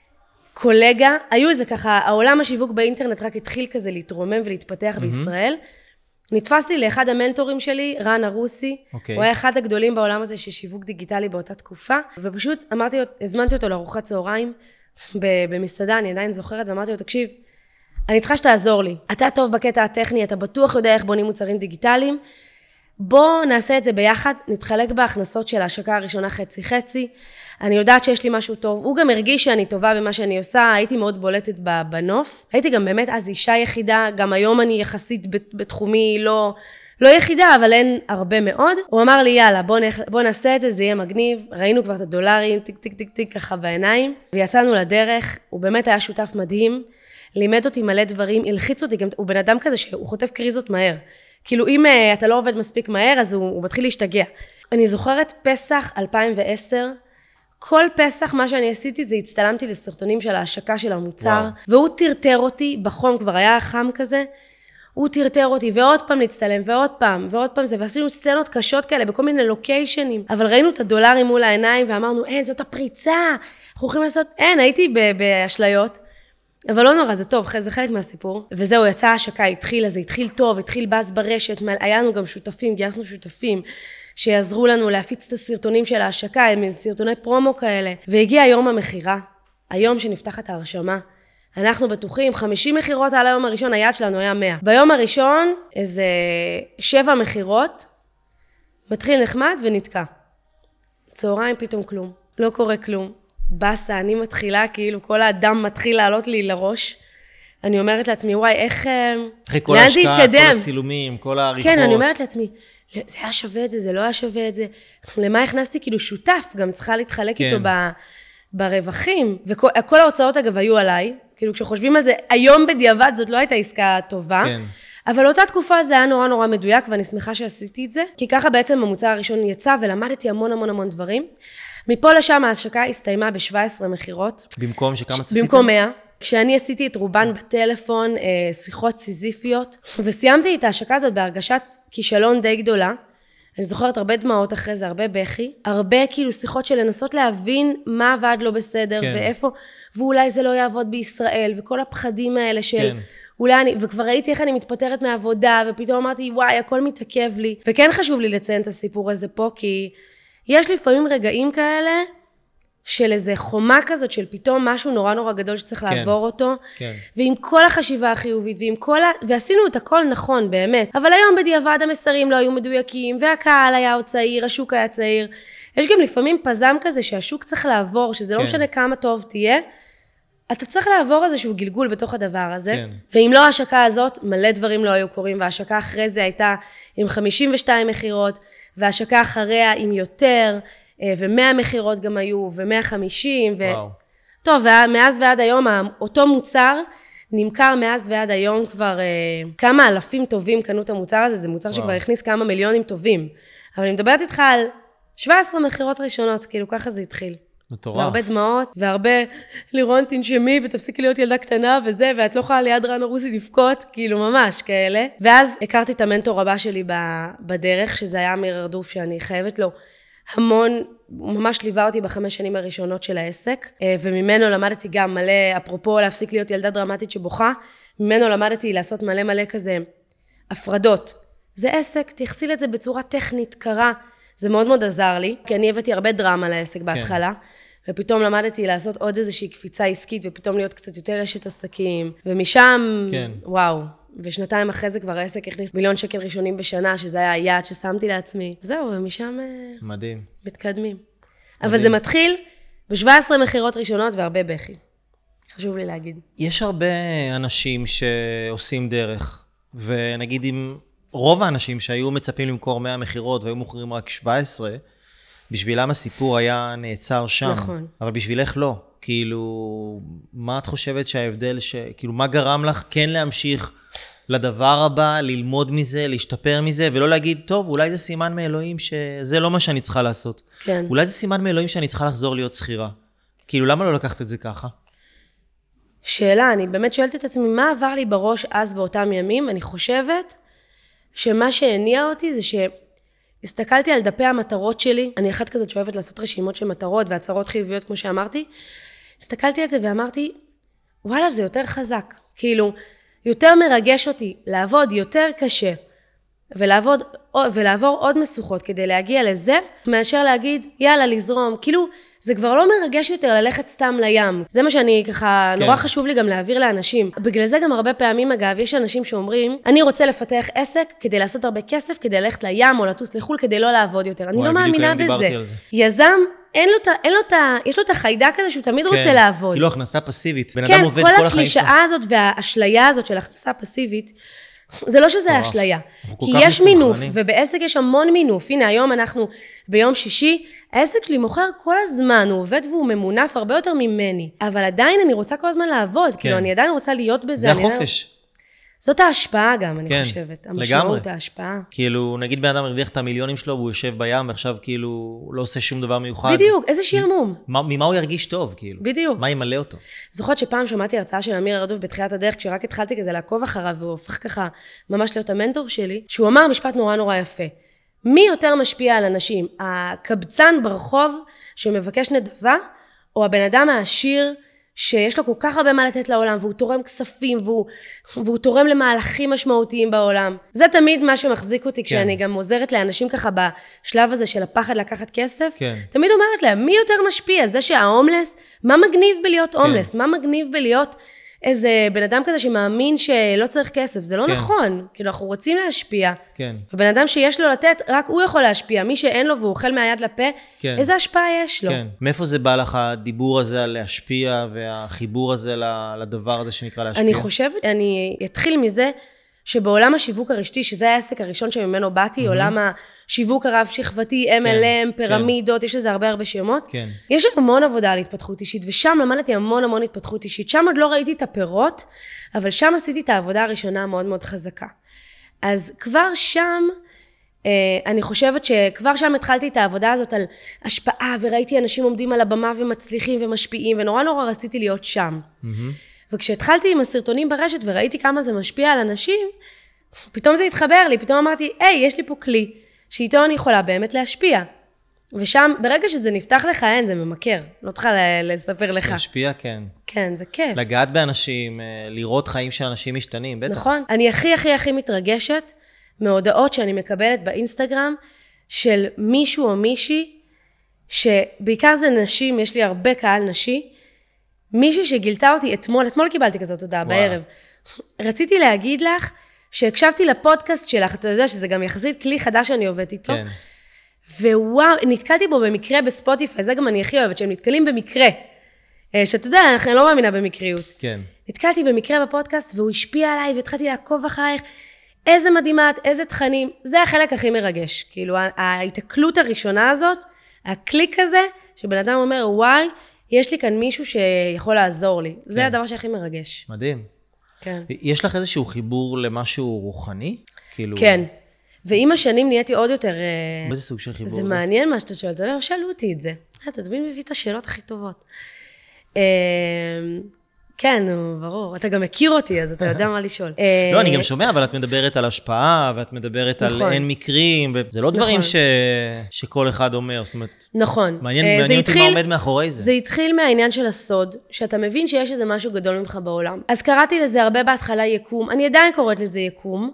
Speaker 2: קולגה, היו איזה ככה, העולם השיווק באינטרנט רק התחיל כזה להתרומם ולהתפתח בישראל, נתפסתי לאחד המנטורים שלי, רן הרוסי,
Speaker 1: אוקיי.
Speaker 2: הוא היה אחד הגדולים בעולם הזה של שיווק דיגיטלי באותה תקופה, ופשוט הזמנתי אותו לארוחת צהריים במסעדה, אני עדיין זוכרת, ואמרתי לו, תקשיב, אני צריכה שתעזור לי. אתה טוב בקטע הטכני, אתה בטוח יודע איך בונים מוצרים דיגיטליים, בוא נעשה את זה ביחד, נתחלק בהכנסות של ההשקה הראשונה חצי-חצי, אני יודעת שיש לי משהו טוב, הוא גם הרגיש שאני טובה במה שאני עושה, הייתי מאוד בולטת בנוף, הייתי גם באמת אז אישה יחידה, גם היום אני יחסית בתחומי לא יחידה, אבל אין הרבה מאוד. הוא אמר לי, יאללה, בוא נעשה את זה, זה יהיה מגניב, ראינו כבר את הדולרים, טיק טיק טיק טיק ככה בעיניים, ויצאנו לדרך, הוא באמת היה שותף מדהים, לימד אותי מלא דברים, הלחיץ אותי, גם, הוא בן אדם כזה שהוא חוטף קריזות מהר, כאילו אם אתה לא עובד מספיק מהר, אז הוא מתחיל להשתגע. אני זוכרת פסח 2010, כל פסח מה שאני עשיתי זה הצטלמתי לסרטונים של ההשקה של המוצר, והוא טרטר אותי בחום, כבר היה חם כזה, הוא טרטר אותי, ועוד פעם נצטלם, ועוד פעם זה, ועשינו סצנות קשות כאלה בכל מיני לוקיישנים, אבל ראינו את הדולרים מול העיניים, ואמרנו, אין, זאת הפריצה, אנחנו הולכים לעשות, אין, הייתי באשליות, אבל לא נורא, זה טוב, זה חלק מהסיפור. וזהו, יצא ההשקה, התחיל טוב, התחיל באז ברשת, היה לנו גם שותפים, גייסנו שותפים, שיעזרו לנו להפיץ את הסרטונים של ההשקה, סרטוני פרומו כאלה. והגיע יום המחירה, היום שנפתחת ההרשמה. אנחנו בטוחים, 50 מחירות על היום הראשון, היעד שלנו היה 100. ביום הראשון, איזה 7 מחירות, מתחיל נחמד ונתקע. צהריים פתאום כלום, לא קורה כלום. בסה, אני מתחילה, כאילו כל האדם מתחיל לעלות לי לראש. אני אומרת לעצמי, וואי, איך...
Speaker 1: אחרי כל ההשקעה, כל הצילומים, כל העריכות. כן,
Speaker 2: אני אומרת לעצמי, זה היה שווה את זה, זה לא היה שווה את זה. למה הכנסתי? כאילו שותף, גם צריכה להתחלק איתו ברווחים. וכל ההוצאות אגב היו עליי, כאילו כשחושבים על זה, היום בדיעבד זאת לא הייתה עסקה טובה. כן. אבל אותה תקופה זה היה נורא נורא מדויק, ואני שמחה שעשיתי את זה. כי ככה בעצם המוצר הראשון יצא, ולמדתי המון דברים. מפה לשם ההשקה הסתיימה ב-17 מחירות.
Speaker 1: במקום שכמה צפיתם?
Speaker 2: במקום 100. כשאני עשיתי את רובן בטלפון, שיחות סיזיפיות, וסיימתי את ההשקה הזאת בהרגשת כישלון די גדולה. אני זוכרת הרבה דמעות אחרי זה, הרבה בכי, הרבה כאילו שיחות של לנסות להבין מה עבד לא בסדר, כן. ואיפה, ואולי זה לא יעבוד בישראל, וכל הפחדים האלה של... כן. אולי אני, וכבר ראיתי איך אני מתפטרת מהעבודה, ופתאום אמרתי, וואי, הכל מתעכב לי. וכן חשוב לי לציין את הסיפור הזה פה, כי יש לפעמים רגעים כאלה, של איזה חומה כזאת, של פתאום משהו נורא נורא גדול שצריך לעבור אותו, ועם כל החשיבה החיובית, ועשינו את הכל נכון, באמת. אבל היום בדיעבד המסרים לא היו מדויקים, והקהל היה עוד צעיר, השוק היה צעיר. יש גם לפעמים פזם כזה שהשוק צריך לעבור, שזה לא משנה כמה טוב תהיה, אתה צריך לעבור איזשהו גלגול בתוך הדבר הזה, ואם לא ההשקה הזאת, מלא דברים לא היו קורים, וההשקה אחרי זה הייתה עם 52 מחירות, וההשקה אחריה עם יותר, ו100 מחירות גם היו, ו150, טוב, ומאז ועד היום, אותו מוצר נמכר מאז ועד היום כבר כמה אלפים טובים קנו את המוצר הזה, זה מוצר שכבר הכניס כמה מיליונים טובים, אבל אני מדברת איתך על 17 מחירות ראשונות, כאילו ככה זה התחיל.
Speaker 1: מטורף.
Speaker 2: והרבה דמעות, והרבה לירון תנשמי ותפסיקי להיות ילדה קטנה וזה, ואת לא יכולה ליד רן הרוסי לבכות, כאילו ממש כאלה. ואז הכרתי את המנטור הבא שלי בדרך, שזה היה אמיר ארדוף, שאני חייבת לו המון, הוא ממש ליווה אותי ב5 שנים הראשונות של העסק, וממנו למדתי גם מלא, אפרופו להפסיק להיות ילדה דרמטית שבוכה, ממנו למדתי לעשות מלא כזה הפרדות. זה עסק, תחסיל את זה בצורה טכנית, קרה, זה מאוד עזר לי, כי אני הבאתי הרבה דרמה לעסק בהתחלה, ופתאום למדתי לעשות עוד איזושהי קפיצה עסקית, ופתאום להיות קצת יותר רשת עסקים, ומשם, וואו, ושנתיים אחרי זה כבר העסק הכניס 1 מיליון שקל ראשונים בשנה, שזה היה היעד ששמתי לעצמי. זהו, ומשם
Speaker 1: מדהים.
Speaker 2: מתקדמים. אבל זה מתחיל ב17 מחירות ראשונות והרבה בכי. חשוב לי להגיד.
Speaker 1: יש הרבה אנשים שעושים דרך, ונגיד אם רוב האנשים שהיו מצפים למכור 100 מחירות והיו מוכרים רק 17, בשבילם הסיפור היה נעצר שם.
Speaker 2: נכון.
Speaker 1: אבל בשבילך לא. כאילו, מה את חושבת שההבדל, כאילו, מה גרם לך כן להמשיך לדבר הבא, ללמוד מזה, להשתפר מזה, ולא להגיד, טוב, אולי זה סימן מאלוהים שזה לא מה שאני צריכה לעשות.
Speaker 2: כן.
Speaker 1: אולי זה סימן מאלוהים שאני צריכה לחזור להיות שכירה. כאילו, למה לא לקחת את זה ככה?
Speaker 2: שאלה, אני באמת שואלת את עצמי, מה עבר לי בראש אז באותם ימים? אני חושבת שמה שהניע אותי זה הסתכלתי על דפי המטרות שלי, אני אחת כזאת שאוהבת לעשות רשימות של מטרות והצהרות חיוביות כמו שאמרתי, הסתכלתי על זה ואמרתי, וואלה זה יותר חזק, כאילו יותר מרגש אותי לעבוד יותר קשה, ולעבור עוד משוכות כדי להגיע לזה, מאשר להגיד, יאללה, לזרום. כאילו, זה כבר לא מרגש יותר ללכת סתם לים. זה מה שאני ככה, נורא חשוב לי גם להעביר לאנשים. בגלל זה גם הרבה פעמים, אגב, יש אנשים שאומרים, אני רוצה לפתח עסק כדי לעשות הרבה כסף, כדי ללכת לים או לטוס לחול, כדי לא לעבוד יותר. אני לא מאמינה בזה. יזם, יש לו את החיידק הזה שהוא תמיד רוצה לעבוד.
Speaker 1: כאילו הכנסה פסיבית. בן אדם עובד כל החיים.
Speaker 2: כל הקלישאה הזאת והאשליה הזאת של הכנסה פסיבית, זה לא שזה אשליה. כי יש מינוף, ובעסק יש המון מינוף. הנה, היום אנחנו ביום שישי, העסק שלי מוכר כל הזמן, הוא עובד והוא ממונף הרבה יותר ממני. אבל עדיין אני רוצה כל הזמן לעבוד, כאילו אני עדיין רוצה להיות בזה.
Speaker 1: זה החופש.
Speaker 2: זאת ההשפעה גם, אני חושבת. המשמעות, ההשפעה.
Speaker 1: כאילו, נגיד בן אדם הרוויח את המיליונים שלו, והוא יושב בים, ועכשיו כאילו, הוא לא עושה שום דבר מיוחד.
Speaker 2: בדיוק, איזה שעמום.
Speaker 1: ממה הוא ירגיש טוב, כאילו?
Speaker 2: בדיוק.
Speaker 1: מה ימלא אותו?
Speaker 2: זוכרת שפעם שמעתי הרצאה של אמיר ארדוב בתחילת הדרך, כשרק התחלתי כזה לעקוב אחריו, והוא הופך ככה ממש להיות המנטור שלי, שהוא אמר משפט נורא נורא יפה. מי יותר משפיע על אנשים? הקבצן ברחוב שמבקש נדבה, או הבן אדם העשיר שיש לו כל כך הרבה מה לתת לעולם, והוא תורם כספים, והוא תורם למהלכים משמעותיים בעולם. זה תמיד מה שמחזיק אותי, כשאני גם עוזרת לאנשים ככה בשלב הזה של הפחד לקחת כסף, תמיד אומרת להם, מי יותר משפיע? זה שההומלס, מה מגניב בלהיות הומלס? מה מגניב בלהיות איזה בן אדם כזה שמאמין שלא צריך כסף? זה לא נכון. כאילו, אנחנו רוצים להשפיע. ובן אדם שיש לו לתת, רק הוא יכול להשפיע. מי שאין לו והוא אוכל מהיד לפה, איזה השפעה יש לו?
Speaker 1: מאיפה זה בא לך הדיבור הזה על להשפיע, והחיבור הזה לדבר הזה שנקרא להשפיע?
Speaker 2: אני חושבת, אני אתחיל מזה, שבעולם השיווק הרשתי, שזה העסק הראשון שממנו באתי, עולם השיווק הרב-שכבתי, MLM, פירמידות, יש לזה הרבה שמות. יש המון עבודה על התפתחות אישית, ושם למדתי המון התפתחות אישית. שם עוד לא ראיתי את הפירות, אבל שם עשיתי את העבודה הראשונה מאוד מאוד חזקה. אז כבר שם, אני חושבת שכבר שם התחלתי את העבודה הזאת על השפעה, וראיתי אנשים עומדים על הבמה ומצליחים ומשפיעים, ונורא רציתי להיות שם. וכשהתחלתי עם הסרטונים ברשת וראיתי כמה זה משפיע על אנשים, פתאום זה התחבר לי, פתאום אמרתי, יש לי פה כלי, שאיתו אני יכולה באמת להשפיע. ושם, ברגע שזה נפתח לך, זה ממכר. לא צריכה לספר לך.
Speaker 1: להשפיע, כן.
Speaker 2: כן, זה כיף.
Speaker 1: לגעת באנשים, לראות חיים של אנשים משתנים, בטח.
Speaker 2: נכון. אני הכי מתרגשת מהודעות שאני מקבלת באינסטגרם, של מישהו או מישהי, שבעיקר זה נשים, יש לי הרבה קהל נשי, מישהי שגילתה אותי אתמול קיבלתי כזאת הודעה בערב. רציתי להגיד לך שהקשבתי לפודקאסט שלך, אתה יודע שזה גם יחסית כלי חדש שאני עובדת איתו, ווואו, נתקלתי בו במקרה בספוטיפיי, זה גם אני הכי אוהבת, שהם נתקלים במקרה. שאתה יודע, אני לא מאמינה במקריות.
Speaker 1: כן.
Speaker 2: נתקלתי במקרה בפודקאסט, והוא השפיע עליי, והתחלתי לעקוב אחרייך, איזה מדהימת, איזה תכנים, זה החלק הכי מרגש. כאילו, ההתקלות הראשונה הזאת, הקליק הזה, שבן אדם אומר, וואי, יש לי כאן מישהו שיכול לעזור לי. זה הדבר שהכי מרגש.
Speaker 1: מדהים.
Speaker 2: כן.
Speaker 1: יש לך איזשהו חיבור למשהו רוחני?
Speaker 2: כן. ועם השנים נהייתי עוד יותר...
Speaker 1: באיזה סוג של חיבור
Speaker 2: זה? זה מעניין מה שאתה שואל. אתה יודע, לא שאלו אותי את זה. אתה תמיד מביא את השאלות הכי טובות. כן, ברור. אתה גם מכיר אותי, אז אתה יודע מה לשאול.
Speaker 1: לא, אני גם שומע, אבל את מדברת על השפעה, ואת מדברת על אין מקרים, וזה לא דברים שכל אחד אומר, זאת אומרת...
Speaker 2: נכון.
Speaker 1: מעניין אותי מה עומד מאחורי זה.
Speaker 2: זה התחיל מהעניין של הסוד, שאתה מבין שיש איזה משהו גדול ממך בעולם. אז קראתי לזה הרבה בהתחלה יקום, אני עדיין קוראת לזה יקום,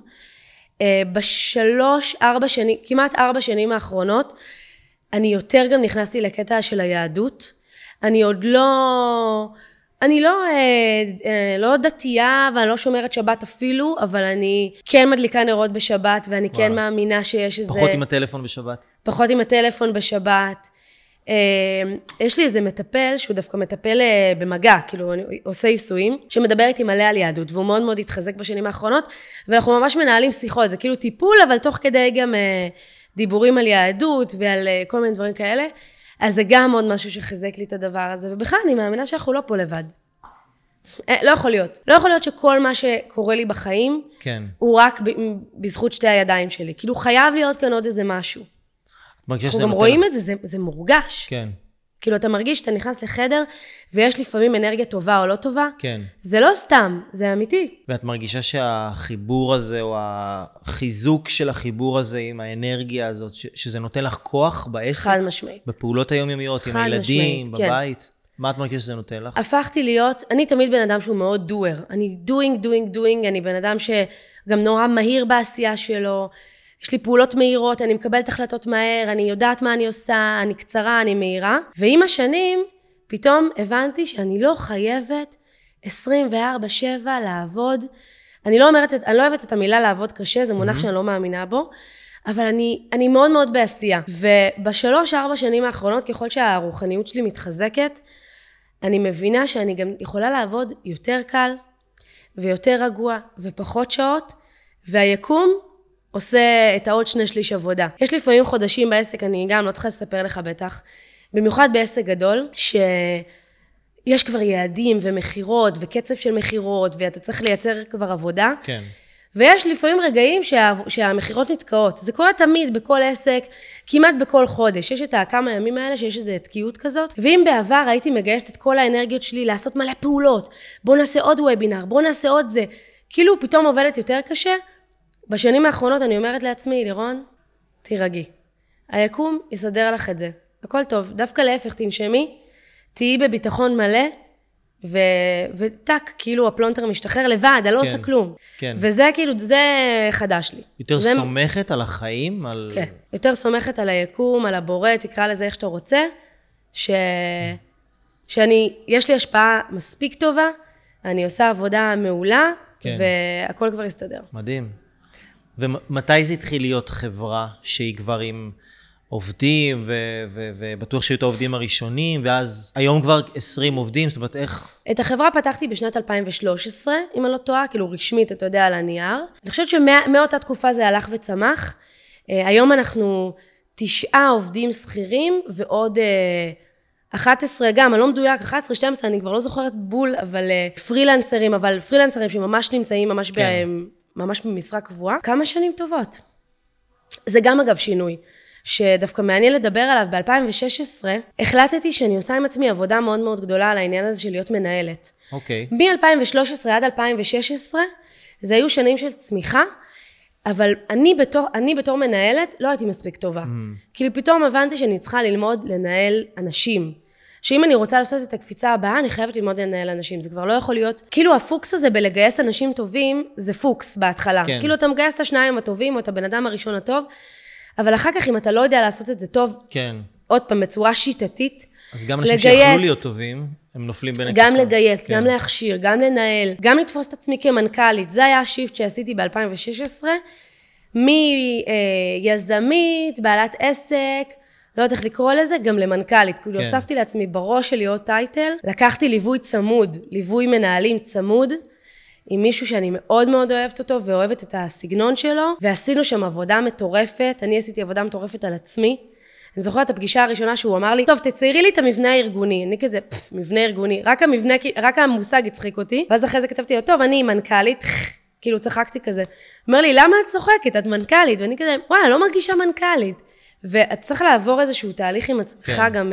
Speaker 2: כמעט 4 שנים האחרונות, אני יותר גם נכנסתי לקטע של היהדות, אני עוד אני לא דתייה, ואני לא שומרת שבת אפילו, אבל אני כן מדליקה נרות בשבת, ואני כן מאמינה שיש איזה...
Speaker 1: פחות עם הטלפון בשבת.
Speaker 2: פחות עם הטלפון בשבת. יש לי איזה מטפל, שהוא דווקא מטפל במגע, כאילו עושה עיסויים, שמדבר איתי מלא על יהדות, והוא מאוד מאוד התחזק בשנים האחרונות, ואנחנו ממש מנהלים שיחות, זה כאילו טיפול, אבל תוך כדי גם דיבורים על יהדות, ועל כל מיני דברים כאלה. אז זה גם עוד משהו שחיזק לי את הדבר הזה, ובכלל אני מאמינה שאנחנו לא פה לבד. לא יכול להיות. לא יכול להיות שכל מה שקורה לי בחיים, הוא רק בזכות שתי הידיים שלי. כאילו חייב להיות כאן עוד איזה משהו. אנחנו גם רואים את זה, זה מורגש.
Speaker 1: כן.
Speaker 2: כאילו אתה מרגיש שאתה נכנס לחדר, ויש לפעמים אנרגיה טובה או לא טובה. כן. זה לא סתם, זה אמיתי.
Speaker 1: ואת מרגישה שהחיבור הזה, או החיזוק של החיבור הזה עם האנרגיה הזאת, שזה נותן לך כוח בעסק?
Speaker 2: חד משמעית.
Speaker 1: בפעולות היומיומיות, עם הילדים, בבית? מה את מרגישה שזה נותן לך?
Speaker 2: הפכתי להיות, אני תמיד בן אדם שהוא מאוד doer. אני doing, אני בן אדם שגם נורא מהיר בעשייה שלו, יש לי פעולות מהירות, אני מקבלת החלטות מהר, אני יודעת מה אני עושה, אני קצרה, אני מהירה. ועם השנים, פתאום הבנתי שאני לא חייבת 24/7 לעבוד. אני לא אוהבת את המילה לעבוד קשה, זה מונח שאני לא מאמינה בו, אבל אני מאוד מאוד בעשייה. וב3-4 שנים האחרונות, ככל שהרוחניות שלי מתחזקת, אני מבינה שאני גם יכולה לעבוד יותר קל, ויותר רגוע, ופחות שעות, והיקום עושה את העוד 2/3 עבודה. יש לפעמים חודשים בעסק, אני גם לא צריכה לספר לך בטח, במיוחד בעסק גדול, שיש כבר יעדים ומחירות, וקצב של מחירות, ואתה צריך לייצר כבר עבודה.
Speaker 1: כן.
Speaker 2: ויש לפעמים רגעים שהמחירות נתקעות. זה קורה תמיד בכל עסק, כמעט בכל חודש. יש את הכמה ימים האלה שיש איזו תקיעות כזאת. ואם בעבר הייתי מגייסת את כל האנרגיות שלי לעשות מלא פעולות, בוא נעשה עוד וובינר, בוא נעשה עוד זה, כאילו פתאום עובדת יותר קשה, בשנים האחרונות אני אומרת לעצמי, לירון, תירגעי. היקום יסדר לך את זה. הכל טוב. דווקא להפך, תנשמי, תהיי בביטחון מלא, וטק, כאילו הפלונטר משתחרר לבד, אני לא עושה כלום.
Speaker 1: כן.
Speaker 2: וזה כאילו, זה חדש לי.
Speaker 1: יותר סומכת על החיים?
Speaker 2: כן. יותר סומכת על היקום, על הבורא, תקרא לזה איך שאתה רוצה, יש לי השפעה מספיק טובה, אני עושה עבודה מעולה, והכל כבר יסתדר.
Speaker 1: מדהים. ומתי זה התחיל להיות חברה שהיא כבר עם עובדים, ובטוח שהיו את העובדים הראשונים, ואז היום כבר 20 עובדים, זאת אומרת איך?
Speaker 2: את החברה פתחתי בשנת 2013, אם אני לא טועה, כאילו רשמית, אתה יודע, על הנייר. אני חושבת שמאותה תקופה זה הלך וצמח. היום אנחנו 9 עובדים שכירים, ועוד 11 גם, אני לא מדויק, 11, 12, אני כבר לא זוכרת בול, אבל פרילנסרים שממש נמצאים, ממש במשרה קבועה. כמה שנים טובות. זה גם אגב שינוי. שדווקא מעניין לדבר עליו, ב-2016, החלטתי שאני עושה עם עצמי עבודה מאוד מאוד גדולה על העניין הזה של להיות מנהלת.
Speaker 1: אוקיי.
Speaker 2: מ-2013 עד 2016, זה היו שנים של צמיחה, אבל אני בתור מנהלת לא הייתי מספיק טובה. כאילו פתאום הבנתי שאני צריכה ללמוד לנהל אנשים. שאם אני רוצה לעשות את הקפיצה הבאה, אני חייבת ללמוד לנהל אנשים. זה כבר לא יכול להיות, כאילו הפוקס הזה בלגייס אנשים טובים, זה פוקס בהתחלה. כן. כאילו אתה מגייס את השניים הטובים, או את הבן אדם הראשון הטוב, אבל אחר כך אם אתה לא יודע לעשות את זה טוב,
Speaker 1: כן.
Speaker 2: עוד פעם, בצורה שיטתית,
Speaker 1: אז גם אנשים שיכולו להיות טובים, הם נופלים בין הכיסאות.
Speaker 2: גם לגייס, כן. גם להכשיר, גם לנהל, גם לתפוס את עצמי כמנכ"לית. זה היה השיפט שעשיתי ב-2016, מיזמית, בעלת עסק, לא יודעת איך לקרוא לזה, גם למנכ"לית. כאילו הוספתי לעצמי בראש שלי עוד טייטל, לקחתי ליווי צמוד, ליווי מנהלים צמוד, עם מישהו שאני מאוד מאוד אוהבת אותו, ואוהבת את הסגנון שלו, ועשינו שם עבודה מטורפת, אני עשיתי עבודה מטורפת על עצמי, אני זוכרת את הפגישה הראשונה שהוא אמר לי, טוב, תציירי לי את המבנה הארגוני, אני כזה, מבנה ארגוני, רק המושג הצחיק אותי, ואז אחרי זה כתבתי לו, טוב, אני מנכ"לית, כאילו צחקתי כזה, אומר לי, למה את צוחקת? את מנכ"לית, ואני כזה, וואי, לא מרגישה מנכ"לית, ואת צריך לעבור איזשהו תהליך עם עצמך גם,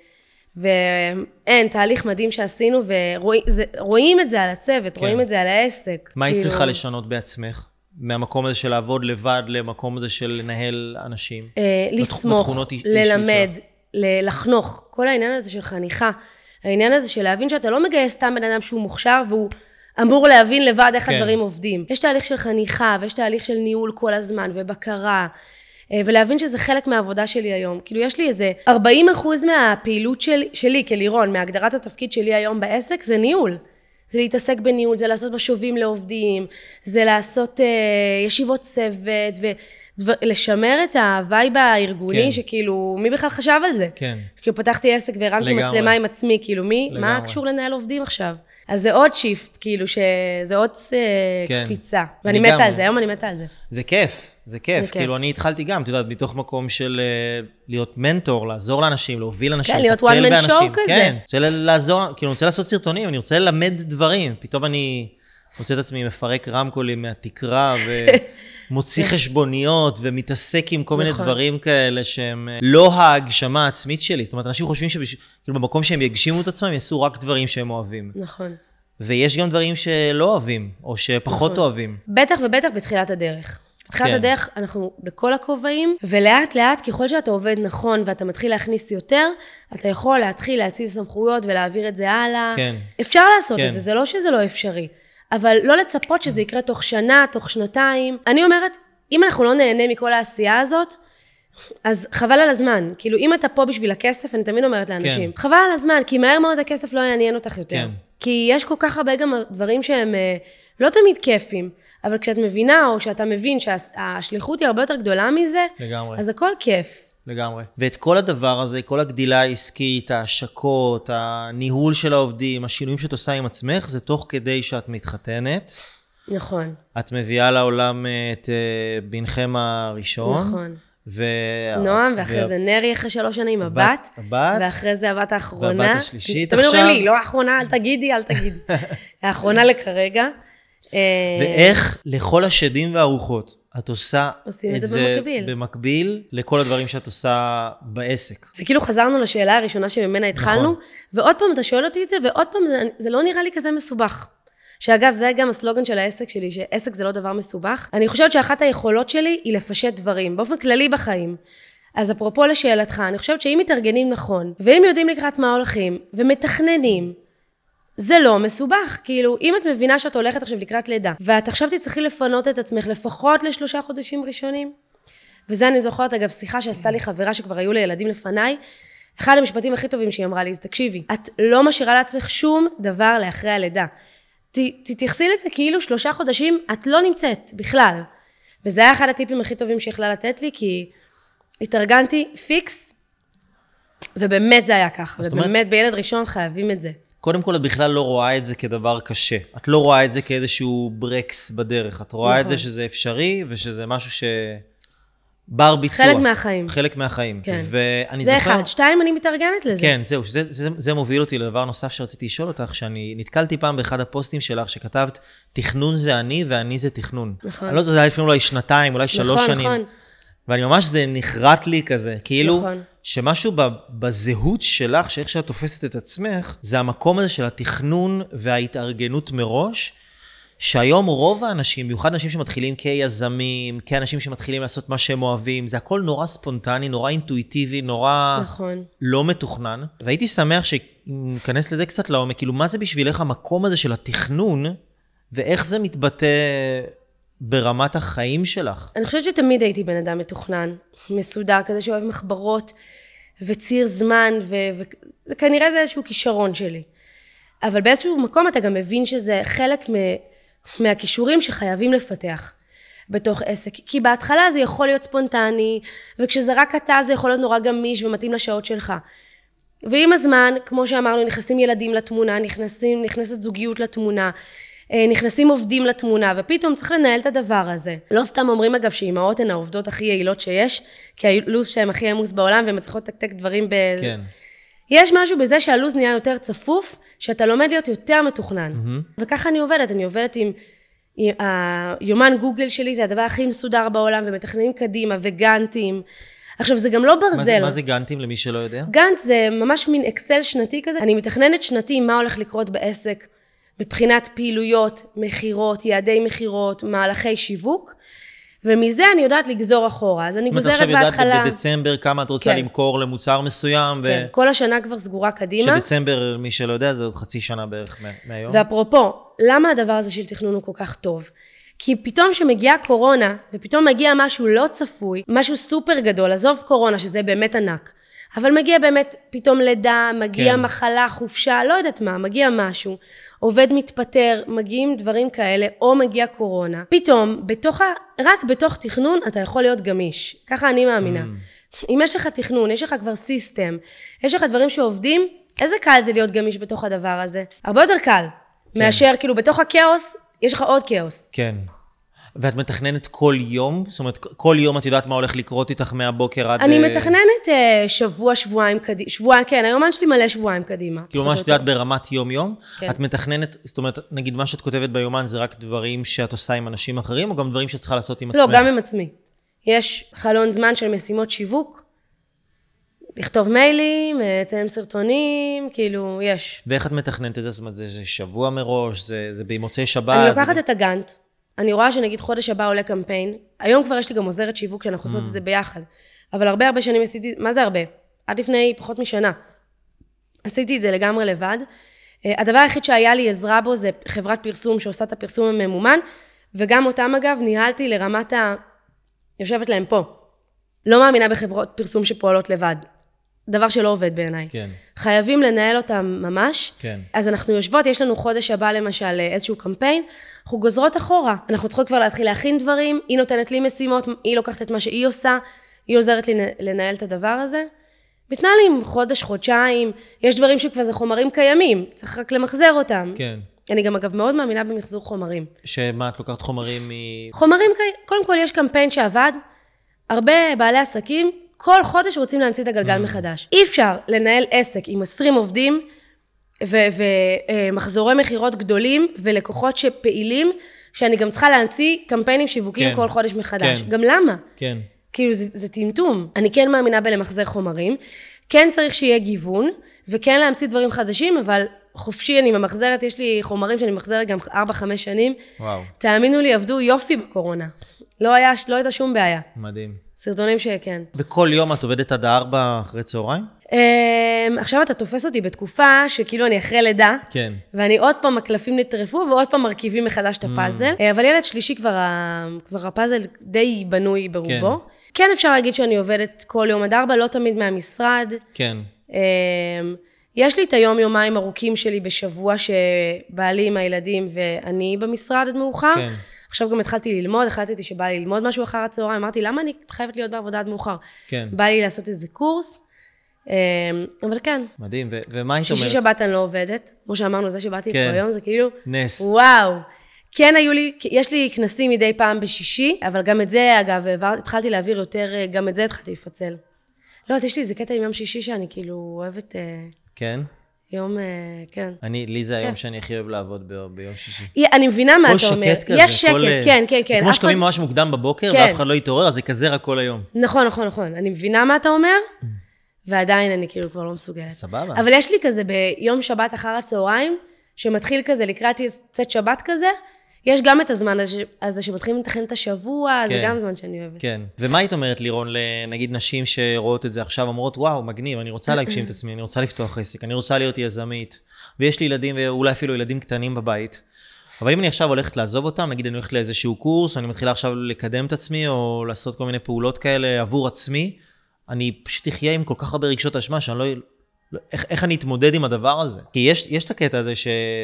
Speaker 2: ואין, תהליך מדהים שעשינו, ורואים את זה על הצוות, רואים את זה על העסק.
Speaker 1: מה היא צריכה לשנות בעצמך? מהמקום הזה של לעבוד לבד, למקום הזה של לנהל אנשים?
Speaker 2: לסמוך, ללמד, לחנוך. כל העניין הזה של חניכה, העניין הזה של להבין שאתה לא מגייס סתם בן אדם שהוא מוכשר, והוא אמור להבין לבד איך הדברים עובדים. יש תהליך של חניכה, ויש תהליך של ניהול כל הזמן, ובקרה, ולהבין שזה חלק מהעבודה שלי היום. כאילו יש לי איזה 40% מהפעילות שלי כלירון, מהגדרת התפקיד שלי היום בעסק, זה ניהול. זה להתעסק בניהול, זה לעשות משובים לעובדים, זה לעשות ישיבות צוות, ולשמר את הווייב הארגוני, שכאילו, מי בכלל חשב על זה?
Speaker 1: כן.
Speaker 2: כאילו פתחתי עסק והרמתי מצלמה עם עצמי, כאילו מה קשור לנהל עובדים עכשיו? אז זה עוד שיפט, כאילו שזה עוד קפיצה. ואני מתה על זה, היום אני מתה על זה.
Speaker 1: זה כיף, זה כיף. כאילו אני התחלתי גם, אתה יודעת, מתוך מקום של להיות מנטור, לעזור לאנשים, להוביל אנשים,
Speaker 2: להיות one man show כזה.
Speaker 1: כן, רוצה לעזור, כאילו אני רוצה לעשות סרטונים, אני רוצה ללמד דברים. פתאום אני רוצה את עצמי מפרק רמקולים מהתקרה, ומוציא חשבוניות, ומתעסק עם כל מיני דברים כאלה, שהם לא ההגשמה העצמית שלי. זאת אומרת, אנשים חושבים שבמקום שהם יגשימו את עצמם, יעשו רק דברים שהם אוהבים.
Speaker 2: נכון.
Speaker 1: ויש גם דברים שלא אוהבים, או שפחות אוהבים.
Speaker 2: בטח ובטח בתחילת הדרך. בתחילת הדרך אנחנו בכל הכובעים, ולאט לאט ככל שאתה עובד נכון, ואתה מתחיל להכניס יותר, אתה יכול להתחיל להציל סמכויות, ולהעביר את זה הלאה.
Speaker 1: כן.
Speaker 2: אפשר לעשות את זה, זה לא שזה לא אפשרי. אבל לא לצפות שזה יקרה תוך שנה, תוך שנתיים. אני אומרת, אם אנחנו לא נהנה מכל העשייה הזאת, אז חבל על הזמן. כאילו, אם אתה פה בשביל הכסף, אני תמיד אומרת לאנשים, כן. חבל על הזמן, כי מהר מאוד הכסף לא יעניין אותך יותר. כן. כי יש כל כך הרבה גם דברים שהם לא תמיד כיפים, אבל כשאת מבינה, או שאתה מבין שהשליחות היא הרבה יותר גדולה מזה, לגמרי. אז הכל כיף.
Speaker 1: לגמרי. ואת כל הדבר הזה, כל הגדילה העסקית, ההשקות, הניהול של העובדים, השינויים שאת עושה עם עצמך, זה תוך כדי שאת מתחתנת.
Speaker 2: נכון.
Speaker 1: את מביאה לעולם את בנכם הראשון.
Speaker 2: נכון. נועם, ואחרי זה נרי אחרי 3 שנים, הבת. ואחרי זה הבת האחרונה.
Speaker 1: והבת השלישית עכשיו.
Speaker 2: תמיד אומרים לי, לא האחרונה, אל תגידי. האחרונה לכרגע.
Speaker 1: ואיך לכל השדים והרוחות את עושה את זה במקביל לכל הדברים שאת עושה בעסק.
Speaker 2: זה כאילו חזרנו לשאלה הראשונה שממנה התחלנו, ועוד פעם אתה שואל אותי את זה, ועוד פעם זה לא נראה לי כזה מסובך. שאגב, זה גם הסלוגן של העסק שלי, שעסק זה לא דבר מסובך. אני חושבת שאחת היכולות שלי היא לפשט דברים, באופן כללי בחיים. אז אפרופו לשאלתך, אני חושבת שאם מתארגנים נכון, ואם יודעים לקראת מה הולכים, ומתכננים, זה לא מסובך. כאילו, אם את מבינה שאת הולכת עכשיו לקראת לידה, ואת עכשיו תצטרכי לפנות את עצמך לפחות ל3 חודשים ראשונים, וזה אני זוכרת, אגב, שיחה שעשתה לי חברה שכבר היו לילדים לפניי, אחד המשפטים הכי טובים שהיא אמרה לי, אז תקשיבי, את לא משאירה לעצמך שום דבר לאחרי הלידה. תתייחסי לזה כאילו 3 חודשים את לא נמצאת בכלל. וזה היה אחד הטיפים הכי טובים שיכלה לתת לי, כי התארגנתי פיקס, ובאמת זה היה ככה, ובאמת בילד ראשון חייבים את זה.
Speaker 1: קודם כל, את בכלל לא רואה את זה כדבר קשה. את לא רואה את זה כאיזשהו ברקס בדרך. את רואה את זה שזה אפשרי, ושזה משהו בר ביצוע.
Speaker 2: חלק מהחיים.
Speaker 1: חלק מהחיים.
Speaker 2: כן. זה זוכר... 1, 2, אני מתארגנת לזה.
Speaker 1: כן, זהו. זה מוביל אותי לדבר נוסף שרציתי לשאול אותך, שאני נתקלתי פעם באחד הפוסטים שלך, שכתבת, תכנון זה אני, ואני זה תכנון. נכון. אני לא יודע, זה היה לפעמים אולי 2, אולי 3 שנים. נכון. ואני ממש, זה נחרט לי כזה. כאילו, נכון. שמשהו בזהות שלך, שאיך שאת תופסת את עצמך, זה המקום הזה של התכנון וההתארגנות מראש, שהיום רוב האנשים, במיוחד אנשים שמתחילים כיזמים, כאנשים שמתחילים לעשות מה שהם אוהבים, זה הכל נורא ספונטני, נורא אינטואיטיבי, נורא נכון. לא מתוכנן. והייתי שמח שניכנס לזה קצת לעומק, כאילו מה זה בשבילך המקום הזה של התכנון, ואיך זה מתבטא ברמת החיים שלך?
Speaker 2: אני חושבת שתמיד הייתי בן אדם מתוכנן, מסודר, כזה שאוהב מחברות, וציר זמן, וזה כנראה זה איזשהו כישרון שלי. אבל באיזשהו מקום אתה גם מבין שזה חלק מהכישורים שחייבים לפתח בתוך עסק. כי בהתחלה זה יכול להיות ספונטני, וכשזה רק אתה זה יכול להיות נורא גמיש ומתאים לשעות שלך. ועם הזמן, כמו שאמרנו, נכנסים ילדים לתמונה, נכנסת זוגיות לתמונה, נכנסים עובדים לתמונה, ופתאום צריך לנהל את הדבר הזה. לא סתם אומרים אגב שאימהות הן העובדות הכי יעילות שיש, כי הלו"ז שהן הכי עמוס בעולם, והן מצליחות לתקתק דברים
Speaker 1: כן.
Speaker 2: יש משהו בזה שהלו"ז נהיה יותר צפוף, שאתה לומד להיות יותר מתוכנן. וככה אני עובדת עם היומן גוגל שלי, זה הדבר הכי מסודר בעולם, ומתכננים קדימה, וגנטים. עכשיו, זה גם לא ברזל.
Speaker 1: מה זה גנטים למי שלא יודע?
Speaker 2: גנט זה ממש מין אקסל שנתי כזה. אני מתכננת שנתי מה הולך לקרות בעסק, מבחינת פעילויות, מחירות, יעדי מחירות, מהלכי שיווק, ומזה אני יודעת לגזור אחורה. אז אני גוזרת בהתחלה.
Speaker 1: עכשיו יודעת בדצמבר כמה את רוצה למכור למוצר מסוים.
Speaker 2: כן, כל השנה כבר סגורה קדימה.
Speaker 1: שדצמבר, מי שלא יודע, זה עוד חצי שנה בערך מהיום.
Speaker 2: ואפרופו, למה הדבר הזה של תכנון הוא כל כך טוב? כי פתאום שמגיעה קורונה, ופתאום מגיע משהו לא צפוי, משהו סופר גדול, עזוב קורונה, שזה באמת ענק, אבל מגיע באמת פתאום לידה, מגיע מחלה, חופשה, לא יודעת מה, מגיע משהו, עובד מתפטר, מגיעים דברים כאלה, או מגיע קורונה. פתאום, רק בתוך תכנון, אתה יכול להיות גמיש. ככה אני מאמינה. אם יש לך תכנון, יש לך כבר סיסטם, יש לך דברים שעובדים, איזה קל זה להיות גמיש בתוך הדבר הזה? הרבה יותר קל, מאשר כאילו בתוך הכאוס, יש לך עוד כאוס.
Speaker 1: כן. ואת מתכננת כל יום? זאת אומרת, כל יום את יודעת מה הולך לקרות איתך מהבוקר עד...
Speaker 2: אני מתכננת שבועיים קדימה. כן, היומן שלי מלא שבועיים קדימה.
Speaker 1: כאילו מה שאת יודעת ברמת יום-יום? כן. את מתכננת, זאת אומרת, נגיד מה שאת כותבת ביומן זה רק דברים שאת עושה עם אנשים אחרים, או גם דברים שאת צריכה לעשות עם עצמך?
Speaker 2: לא, גם עם עצמי. יש חלון זמן של משימות שיווק, לכתוב מיילים, לצלם סרטונים, כאילו, יש.
Speaker 1: ואיך את מתכננת את זה? זאת אומרת, זה שבוע מראש, זה במוצאי שבת?
Speaker 2: אני לוקחת את הגאנט. אני רואה שנגיד חודש הבא עולה קמפיין, היום כבר יש לי גם עוזרת שיווק, כי אנחנו עושות את זה ביחד, אבל הרבה שנים עשיתי, מה זה הרבה? עד לפני פחות משנה. עשיתי את זה לגמרי לבד. הדבר היחיד שהיה לי עזרה בו, זה חברת פרסום שעושה את הפרסום הממומן, וגם אותם אגב ניהלתי לרמת יושבת להם פה. לא מאמינה בחברות פרסום שפועלות לבד. דבר שלא עובד בעיניי.
Speaker 1: כן.
Speaker 2: חייבים לנהל אותם ממש.
Speaker 1: כן.
Speaker 2: אז אנחנו יושבות, יש לנו חודש הבא למשל איזשהו קמפיין, אנחנו גוזרות אחורה. אנחנו צריכות כבר להתחיל להכין דברים, היא נותנת לי משימות, היא לוקחת את מה שהיא עושה, היא עוזרת לי לנהל את הדבר הזה. מתנהלים חודש, חודשיים, יש דברים שכבר זה חומרים קיימים, צריך רק למחזר אותם.
Speaker 1: כן.
Speaker 2: אני גם אגב מאוד מאמינה במחזור חומרים.
Speaker 1: שמה, את לוקחת חומרים
Speaker 2: חומרים, קודם כל יש קמפיין שעבד, הרבה בעלי עסקים, כל חודש רוצים להמציא את הגלגל מחדש. אי אפשר לנהל עסק עם 20 עובדים, ומחזורי מחירות גדולים, ולקוחות שפעילים, שאני גם צריכה להמציא קמפיינים שיווקים
Speaker 1: כן.
Speaker 2: כל חודש מחדש.
Speaker 1: כן.
Speaker 2: גם למה?
Speaker 1: כן.
Speaker 2: כאילו זה טמטום. אני כן מאמינה בלמחזר חומרים, כן צריך שיהיה גיוון, וכן להמציא דברים חדשים, אבל חופשי אני ממחזרת, יש לי חומרים שאני מחזרת גם 4-5 שנים.
Speaker 1: וואו.
Speaker 2: תאמינו לי, עבדו יופי בקורונה. לא הייתה שום בעיה.
Speaker 1: מדהים.
Speaker 2: סרטונים שכן.
Speaker 1: וכל יום את עובדת עד 4 אחרי צהריים?
Speaker 2: עכשיו אתה תופס אותי בתקופה שכאילו אני אחרי לידה,
Speaker 1: כן.
Speaker 2: ואני עוד פעם הקלפים נטרפו, ועוד פעם מרכיבים מחדש את הפאזל. אבל ילד שלישי כבר הפאזל די בנוי ברובו. כן אפשר להגיד שאני עובדת כל יום עד 4, לא תמיד מהמשרד.
Speaker 1: כן.
Speaker 2: יש לי את היום-יומיים ארוכים שלי בשבוע שבעלי עם הילדים ואני במשרד עד מאוחר. כן. עכשיו גם התחלתי ללמוד, החלטתי שבא לי ללמוד משהו אחר הצהריים, אמרתי, למה אני חייבת להיות בעבודה עד מאוחר?
Speaker 1: כן.
Speaker 2: בא לי לעשות איזה קורס, אבל כן.
Speaker 1: מדהים, ומה היית אומרת?
Speaker 2: שישי שבת אני לא עובדת, כמו שאמרנו, זה שבאתי פה היום, זה כאילו,
Speaker 1: נס.
Speaker 2: וואו. כן היו לי, יש לי כנסים מדי פעם בשישי, אבל גם את זה, אגב, התחלתי להעביר יותר, גם את זה התחלתי לפצל. לא, יש לי איזה קטע עם יום שישי שאני כאילו אוהבת...
Speaker 1: כן?
Speaker 2: יום, כן.
Speaker 1: לי זה היום שאני הכי אוהב לעבוד ביום שישי.
Speaker 2: אני מבינה מה אתה אומר.
Speaker 1: שקט כזה.
Speaker 2: יש שקט, כן.
Speaker 1: זה כמו שקמים ממש מוקדם בבוקר, ואף אחד לא יתעורר, אז זה כזה רק כל היום.
Speaker 2: נכון. אני מבינה מה אתה אומר, ועדיין אני כאילו כבר לא מסוגלת.
Speaker 1: סבבה.
Speaker 2: אבל יש לי כזה ביום שבת אחר הצהריים, שמתחיל כזה לקראת צאת שבת כזה, יש גם את הזמן הזה שמתחילים לתכן את השבוע, זה גם זמן שאני אוהבת.
Speaker 1: כן. ומה היית אומרת, לירון, לנגיד נשים שרואות את זה עכשיו, אומרות, וואו, מגניב, אני רוצה להגשים את עצמי, אני רוצה לפתוח עסק, אני רוצה להיות יזמית, ויש לי ילדים, ואולי אפילו ילדים קטנים בבית. אבל אם אני עכשיו הולכת לעזוב אותם, נגיד אני הולכת לאיזשהו קורס, או אני מתחילה עכשיו לקדם את עצמי, או לעשות כל מיני פעולות כאלה עבור עצמי, אני פשוט אחיה עם כל כך הרבה רגשות אשמה, שאני לא... איך אני אתמודד עם הדבר הזה? כי יש את הקטע הזה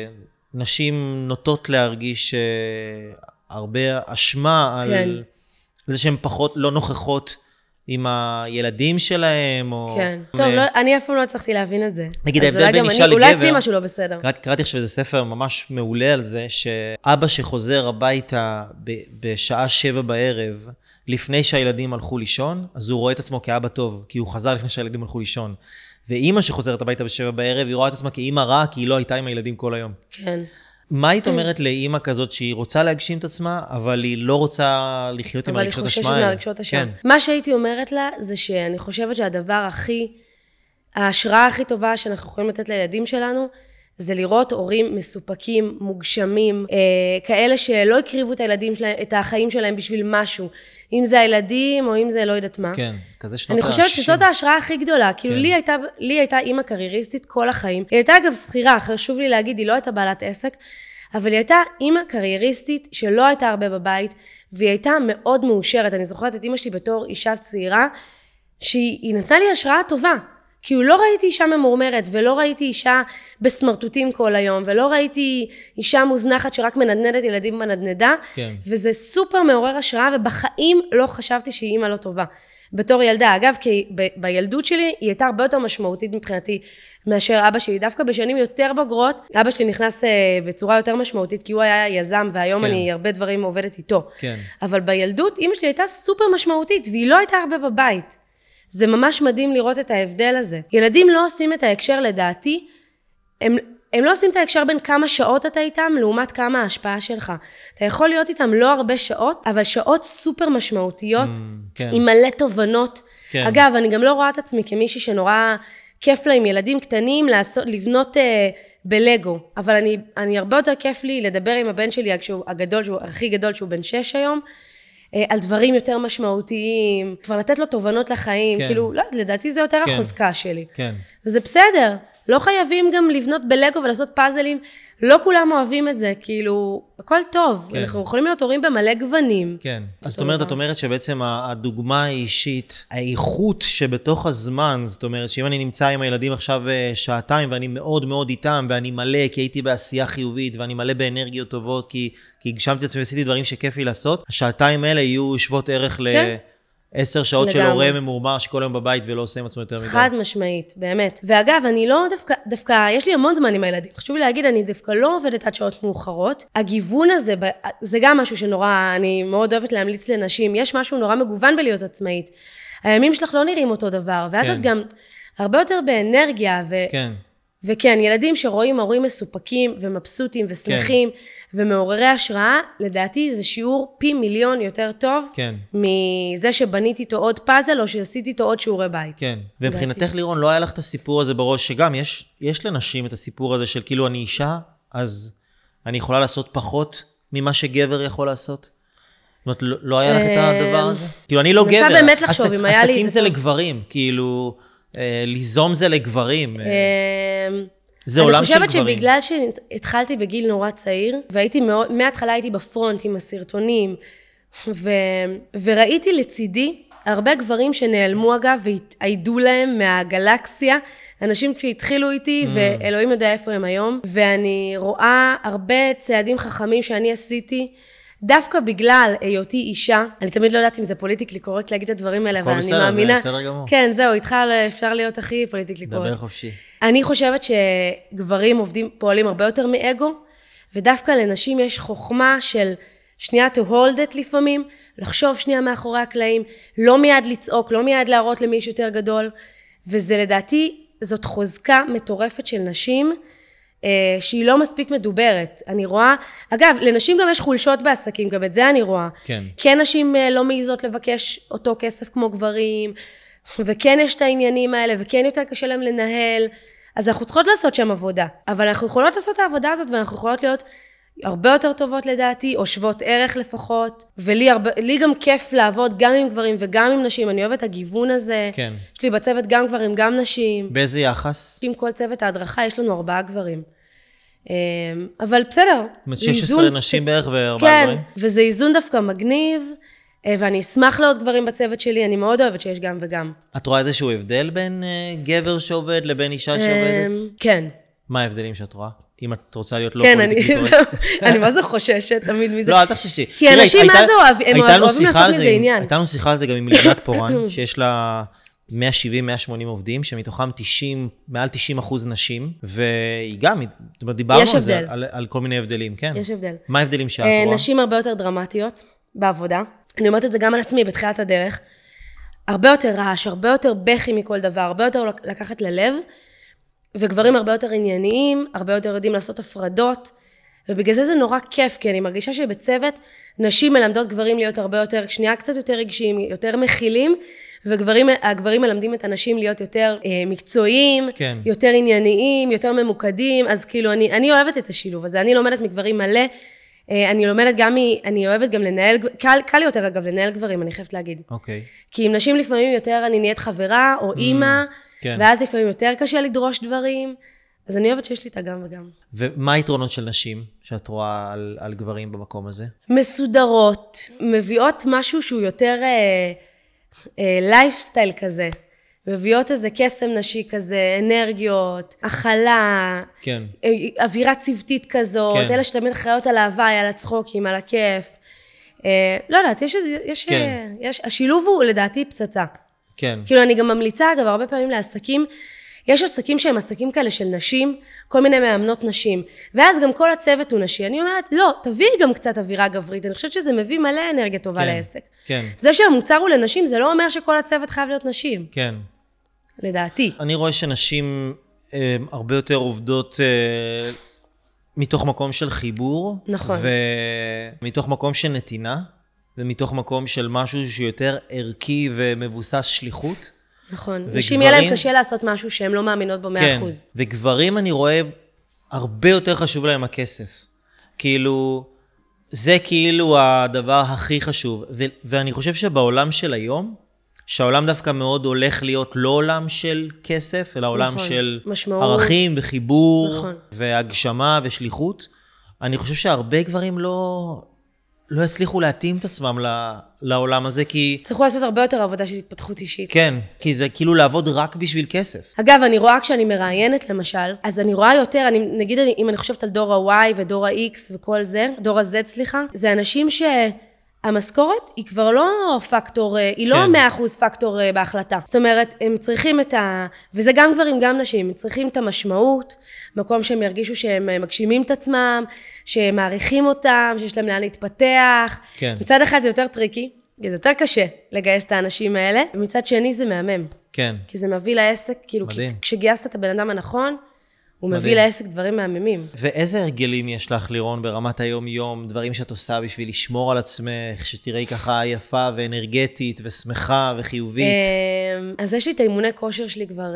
Speaker 1: נשים נוטות להרגיש הרבה אשמה על זה שהן פחות לא נוכחות עם הילדים שלהם.
Speaker 2: כן. טוב, אני אפילו לא הצלחתי להבין את זה.
Speaker 1: נגיד, ההבדל בין אישה לגבר.
Speaker 2: אולי עשיתי משהו לא בסדר.
Speaker 1: קראתי עכשיו איזה ספר ממש מעולה על זה, שאבא שחוזר הביתה בשעה 7 בערב, לפני שהילדים הלכו לישון, אז הוא רואה את עצמו כאבא טוב, כי הוא חזר לפני שהילדים הלכו לישון. ואימא שחוזרת הביתה ב7 בערב, היא רואה את עצמה כאימא רע, כי היא לא הייתה עם הילדים כל היום.
Speaker 2: כן.
Speaker 1: מה היית אומרת לאימא כזאת שהיא רוצה להגשים את עצמה, אבל היא לא רוצה לחיות עם הרגשות אשמה?
Speaker 2: אבל היא חוששת מהרגשות אשמה. מה שהייתי אומרת לה, זה שאני חושבת שהדבר ההשראה הכי טובה שאנחנו יכולים לתת לילדים שלנו, זה לראות הורים מסופקים, מוגשמים, כאלה שלא הקריבו את הילדים שלהם, את החיים שלהם בשביל משהו. אם זה הילדים או אם זה לא יודעת מה.
Speaker 1: כן, כזה שנות
Speaker 2: אני חושבת שזאת ההשראה הכי גדולה. כאילו לי הייתה אימא קרייריסטית כל החיים. היא הייתה אגב שכירה, חשוב לי להגיד, היא לא הייתה בעלת עסק, אבל היא הייתה אימא קרייריסטית שלא הייתה הרבה בבית, והיא הייתה מאוד מאושרת. אני זוכרת את אימא שלי בתור אישה צעירה, שהיא נתנה לי השראה טובה. כי לא ראיתי אישה ממורמרת, ולא ראיתי אישה בסמרטוטים כל היום, ולא ראיתי אישה מוזנחת שרק מנדנדת ילדים בנדנדה,
Speaker 1: כן.
Speaker 2: וזה סופר מעורר השראה, ובחיים לא חשבתי שהיא אימא לא טובה. בתור ילדה, אגב, כי בילדות שלי היא הייתה הרבה יותר משמעותית מבחינתי מאשר אבא שלי. דווקא בשנים יותר בגרות, אבא שלי נכנס בצורה יותר משמעותית, כי הוא היה יזם, והיום אני הרבה דברים עובדת איתו.
Speaker 1: כן.
Speaker 2: אבל בילדות, אמא שלי הייתה סופר משמעותית, והיא לא הייתה הרבה בבית. זה ממש מדהים לראות את ההבדל הזה. ילדים לא עושים את ההקשר לדעתי, הם לא עושים את ההקשר בין כמה שעות אתה איתם, לעומת כמה ההשפעה שלך. אתה יכול להיות איתם לא הרבה שעות, אבל שעות סופר משמעותיות,
Speaker 1: כן.
Speaker 2: עם מלא תובנות.
Speaker 1: כן.
Speaker 2: אגב, אני גם לא רואה את עצמי כמישהי שנורא כיף לה עם ילדים קטנים, לבנות בלגו. אבל אני הרבה יותר כיף לי לדבר עם הבן שלי, הגדול, שהוא הכי גדול, שהוא בן 6 היום, על דברים יותר משמעותיים, כבר לתת לו תובנות לחיים,
Speaker 1: כן.
Speaker 2: כאילו, לא, לדעתי זה יותר
Speaker 1: כן.
Speaker 2: החוזקה שלי.
Speaker 1: כן.
Speaker 2: וזה בסדר, לא חייבים גם לבנות בלגו ולעשות פאזלים, לא כולם אוהבים את זה, כאילו, הכל טוב. כן. אנחנו יכולים להיות הורים במלא גוונים.
Speaker 1: כן. אז את אומרת שבעצם הדוגמה האישית, האיכות שבתוך הזמן, זאת אומרת שאם אני נמצא עם הילדים עכשיו שעתיים, ואני מאוד מאוד איתם, ואני מלא, כי הייתי בעשייה חיובית, ואני מלא באנרגיות טובות, כי הגשמתי את עצמי ועשיתי דברים שכיף לי לעשות, השעתיים האלה יהיו שוות ערך
Speaker 2: כן.
Speaker 1: 10 שעות של הורה ממורמר שכל היום בבית ולא עושה עם עצמו יותר מדי.
Speaker 2: חד משמעית, באמת. ואגב, אני לא דווקא, יש לי המון זמן עם הילדים. חשוב לי להגיד, אני דווקא לא עובדת עד שעות מאוחרות. הגיוון הזה, זה גם משהו שנורא, אני מאוד אוהבת להמליץ לנשים. יש משהו נורא מגוון בלהיות עצמאית. הימים שלך לא נראים אותו דבר, ואז את גם הרבה יותר באנרגיה.
Speaker 1: כן.
Speaker 2: וכן, ילדים שרואים הורים מסופקים ומבסוטים ושמחים ומעוררי השראה, לדעתי זה שיעור פי מיליון יותר טוב מזה שבניתי איתו עוד פאזל או שעשיתי איתו עוד שיעורי בית.
Speaker 1: כן, ומבחינתך לירון, לא היה לך את הסיפור הזה בראש, שגם יש לנשים את הסיפור הזה של כאילו אני אישה, אז אני יכולה לעשות פחות ממה שגבר יכול לעשות? זאת אומרת, לא היה לך את הדבר הזה? כאילו אני לא גבר,
Speaker 2: נסה באמת לחשוב אם היה לי...
Speaker 1: עסקים זה לגברים, כאילו... ליזום זה לגברים. זה עולם של גברים.
Speaker 2: אני חושבת שבגלל שהתחלתי בגיל נורא צעיר, מההתחלה הייתי בפרונט עם הסרטונים, וראיתי לצידי הרבה גברים שנעלמו אגב, והתאיידו להם מהגלקסיה, אנשים שהתחילו איתי, ואלוהים יודע איפה הם היום, ואני רואה הרבה צעדים חכמים שאני עשיתי, דווקא בגלל היותי אישה, אני תמיד לא יודעת אם זה פוליטיקלי קורקט להגיד את הדברים האלה, אבל אני מאמינה...
Speaker 1: זה בסדר גמור.
Speaker 2: כן, זהו, איתך אפשר להיות הכי פוליטיקלי קורקט.
Speaker 1: דבר חופשי.
Speaker 2: אני חושבת שגברים פועלים הרבה יותר מאגו, ודווקא לנשים יש חוכמה של שנייה to hold it לפעמים, לחשוב שנייה מאחורי הקלעים, לא מיד לצעוק, לא מיד להראות למישהו יותר גדול, וזה לדעתי, זאת חוזקה מטורפת של נשים, שהיא לא מספיק מדוברת. אני רואה, אגב, לנשים גם יש חולשות בעסקים, גם את זה אני רואה.
Speaker 1: כן.
Speaker 2: כן נשים לא מעיזות לבקש אותו כסף כמו גברים, וכן יש את העניינים האלה, וכן יותר קשה להם לנהל, אז אנחנו צריכות לעשות שם עבודה. אבל אנחנו יכולות לעשות את העבודה הזאת, ואנחנו יכולות להיות הרבה יותר טובות לדעתי, או שוות ערך לפחות, ולי גם כיף לעבוד גם עם גברים וגם עם נשים, אני אוהבת את הגיוון הזה.
Speaker 1: כן.
Speaker 2: יש לי בצוות גם גברים, גם נשים.
Speaker 1: באיזה יחס?
Speaker 2: עם כל צוות ההדרכה יש לנו 4 גברים. אבל בסדר.
Speaker 1: 16 נשים בערך ו4
Speaker 2: כן,
Speaker 1: גברים?
Speaker 2: וזה איזון דווקא מגניב, ואני אשמח לעוד גברים בצוות שלי, אני מאוד אוהבת שיש גם וגם.
Speaker 1: את רואה איזשהו הבדל בין גבר שעובד לבין אישה שעובדת?
Speaker 2: כן.
Speaker 1: מה ההבדלים שאת רואה? אם את רוצה להיות לא
Speaker 2: כן,
Speaker 1: פוליטיקלי קורקט.
Speaker 2: אני מה זה חוששת תמיד מזה.
Speaker 1: לא, אל תחששי.
Speaker 2: כי אנשים מה זה אוהבים, הם אוהבים לעשות מזה עניין.
Speaker 1: הייתה לנו שיחה על זה גם עם לבנת פורן, שיש לה 170-180 עובדים, שמתוכם מעל 90% נשים, והיא גם, דיברנו על זה, על כל מיני הבדלים, כן.
Speaker 2: יש הבדל.
Speaker 1: מה ההבדלים שאת רואה?
Speaker 2: נשים הרבה יותר דרמטיות בעבודה. אני אומרת את זה גם על עצמי בתחילת הדרך. הרבה יותר רעש, הרבה יותר בכי מכל דבר, הרבה יותר לקחת ללב, וגברים הרבה יותר ענייניים, הרבה יותר יודעים לעשות הפרדות, ובגלל זה נורא כיף, כי אני מרגישה שבצוות נשים מלמדות גברים להיות הרבה יותר, שנייה קצת יותר רגשיים, יותר מכילים, והגברים מלמדים את הנשים להיות יותר מקצועיים,
Speaker 1: כן.
Speaker 2: יותר ענייניים, יותר ממוקדים, אז כאילו אני אוהבת את השילוב הזה, אני לומדת מגברים מלא, אני אוהבת גם לנהל, קל לי יותר אגב לנהל גברים, אני חייבת להגיד.
Speaker 1: אוקיי.
Speaker 2: כי עם נשים לפעמים יותר אני נהיית חברה או אימא,
Speaker 1: כן.
Speaker 2: ואז לפעמים יותר קשה לדרוש דברים, אז אני אוהבת שיש לי את הגם וגם.
Speaker 1: ומה היתרונות של נשים שאת רואה על גברים במקום הזה?
Speaker 2: מסודרות, מביאות משהו שהוא יותר לייפסטייל כזה, מביאות איזה קסם נשי כזה, אנרגיות, הכלה,
Speaker 1: כן.
Speaker 2: אווירה צוותית כזאת, כן. אלה שתמיד חיות על ההוואי, על הצחוקים, על הכיף. לא יודעת, השילוב הוא לדעתי פצצה.
Speaker 1: כן.
Speaker 2: כאילו אני גם ממליצה, אגב, הרבה פעמים לעסקים, יש עסקים שהם עסקים כאלה של נשים, כל מיני מאמנות נשים, ואז גם כל הצוות הוא נשי. אני אומרת, לא, תביאי גם קצת אווירה גברית, אני חושבת שזה מביא מלא אנרגיה טובה לעסק.
Speaker 1: כן.
Speaker 2: זה שהמוצר הוא לנשים, זה לא אומר שכל הצוות חייב להיות נשים.
Speaker 1: כן.
Speaker 2: לדעתי.
Speaker 1: אני רואה שנשים הרבה יותר עובדות מתוך מקום של חיבור.
Speaker 2: נכון.
Speaker 1: ומתוך מקום של נתינה, ומתוך מקום של משהו שיותר ערכי ומבוסס שליחות.
Speaker 2: נכון. נשים יהיה להם קשה לעשות משהו שהם לא מאמינות בו 100%.
Speaker 1: כן, וגברים אני רואה הרבה יותר חשוב להם הכסף. כאילו, זה כאילו הדבר הכי חשוב. ואני חושב שבעולם של היום, שהעולם דווקא מאוד הולך להיות לא עולם של כסף, אלא עולם
Speaker 2: נכון,
Speaker 1: של
Speaker 2: משמעות.
Speaker 1: ערכים וחיבור,
Speaker 2: נכון.
Speaker 1: והגשמה ושליחות. אני חושב שהרבה גברים לא יצליחו להתאים את עצמם לעולם הזה, כי...
Speaker 2: צריכו לעשות הרבה יותר עבודה של התפתחות אישית.
Speaker 1: כן, כי זה כאילו לעבוד רק בשביל כסף.
Speaker 2: אגב, אני רואה כשאני מראיינת למשל, אז אני רואה יותר, נגיד אם אני חושבת על דור ה-Y ודור ה-X וכל זה, דור ה-Z סליחה, זה אנשים שהמשכורת היא כבר לא פקטור, היא לא 100% פקטור בהחלטה. זאת אומרת, הם צריכים וזה גם גברים, גם נשים, הם צריכים את המשמעות, מקום שהם ירגישו שהם מגשימים את עצמם, שהם מעריכים אותם, שיש להם לאן להתפתח.
Speaker 1: כן.
Speaker 2: מצד אחד זה יותר טריקי, זה יותר קשה לגייס את האנשים האלה, ומצד שני זה מהמם.
Speaker 1: כן.
Speaker 2: כי זה מביא לעסק, כאילו, כשגייסת את הבן אדם הנכון, הוא מביא לעסק דברים מהממים.
Speaker 1: ואיזה הרגלים יש לך, לירון, ברמת היום-יום, דברים שאת עושה בשביל לשמור על עצמך, שתראי ככה יפה ואנרגטית ושמחה וחיובית?
Speaker 2: אז יש לי את האימוני כושר שלי כבר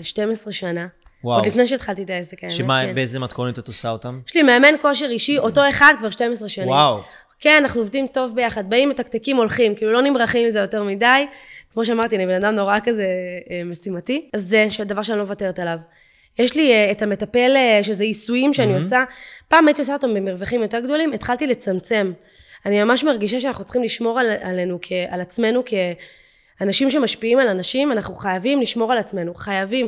Speaker 2: 12 שנה.
Speaker 1: וואו.
Speaker 2: עוד לפני שהתחלתי את העסק, האמת.
Speaker 1: שמה, באיזה מתכונת את עושה אותם?
Speaker 2: יש לי מאמן כושר אישי, אותו אחד כבר 12 שנים.
Speaker 1: וואו.
Speaker 2: כן, אנחנו עובדים טוב ביחד, באים מתקתקים, הולכים, כאילו לא נמרחים מזה יותר מדי. כמו שאמרתי, אני בן אדם נורא כזה משימתי, אז זה דבר שאני לא מוותרת עליו. יש לי את המטפל, שזה עיסויים שאני עושה, פעם הייתי עושה אותם במרווחים יותר גדולים, התחלתי לצמצם. אני ממש מרגישה שאנחנו צריכים לשמור עלינו, על עצמנו, כאנשים שמשפיעים על אנשים, אנחנו חייבים לשמור על עצמנו, חייבים.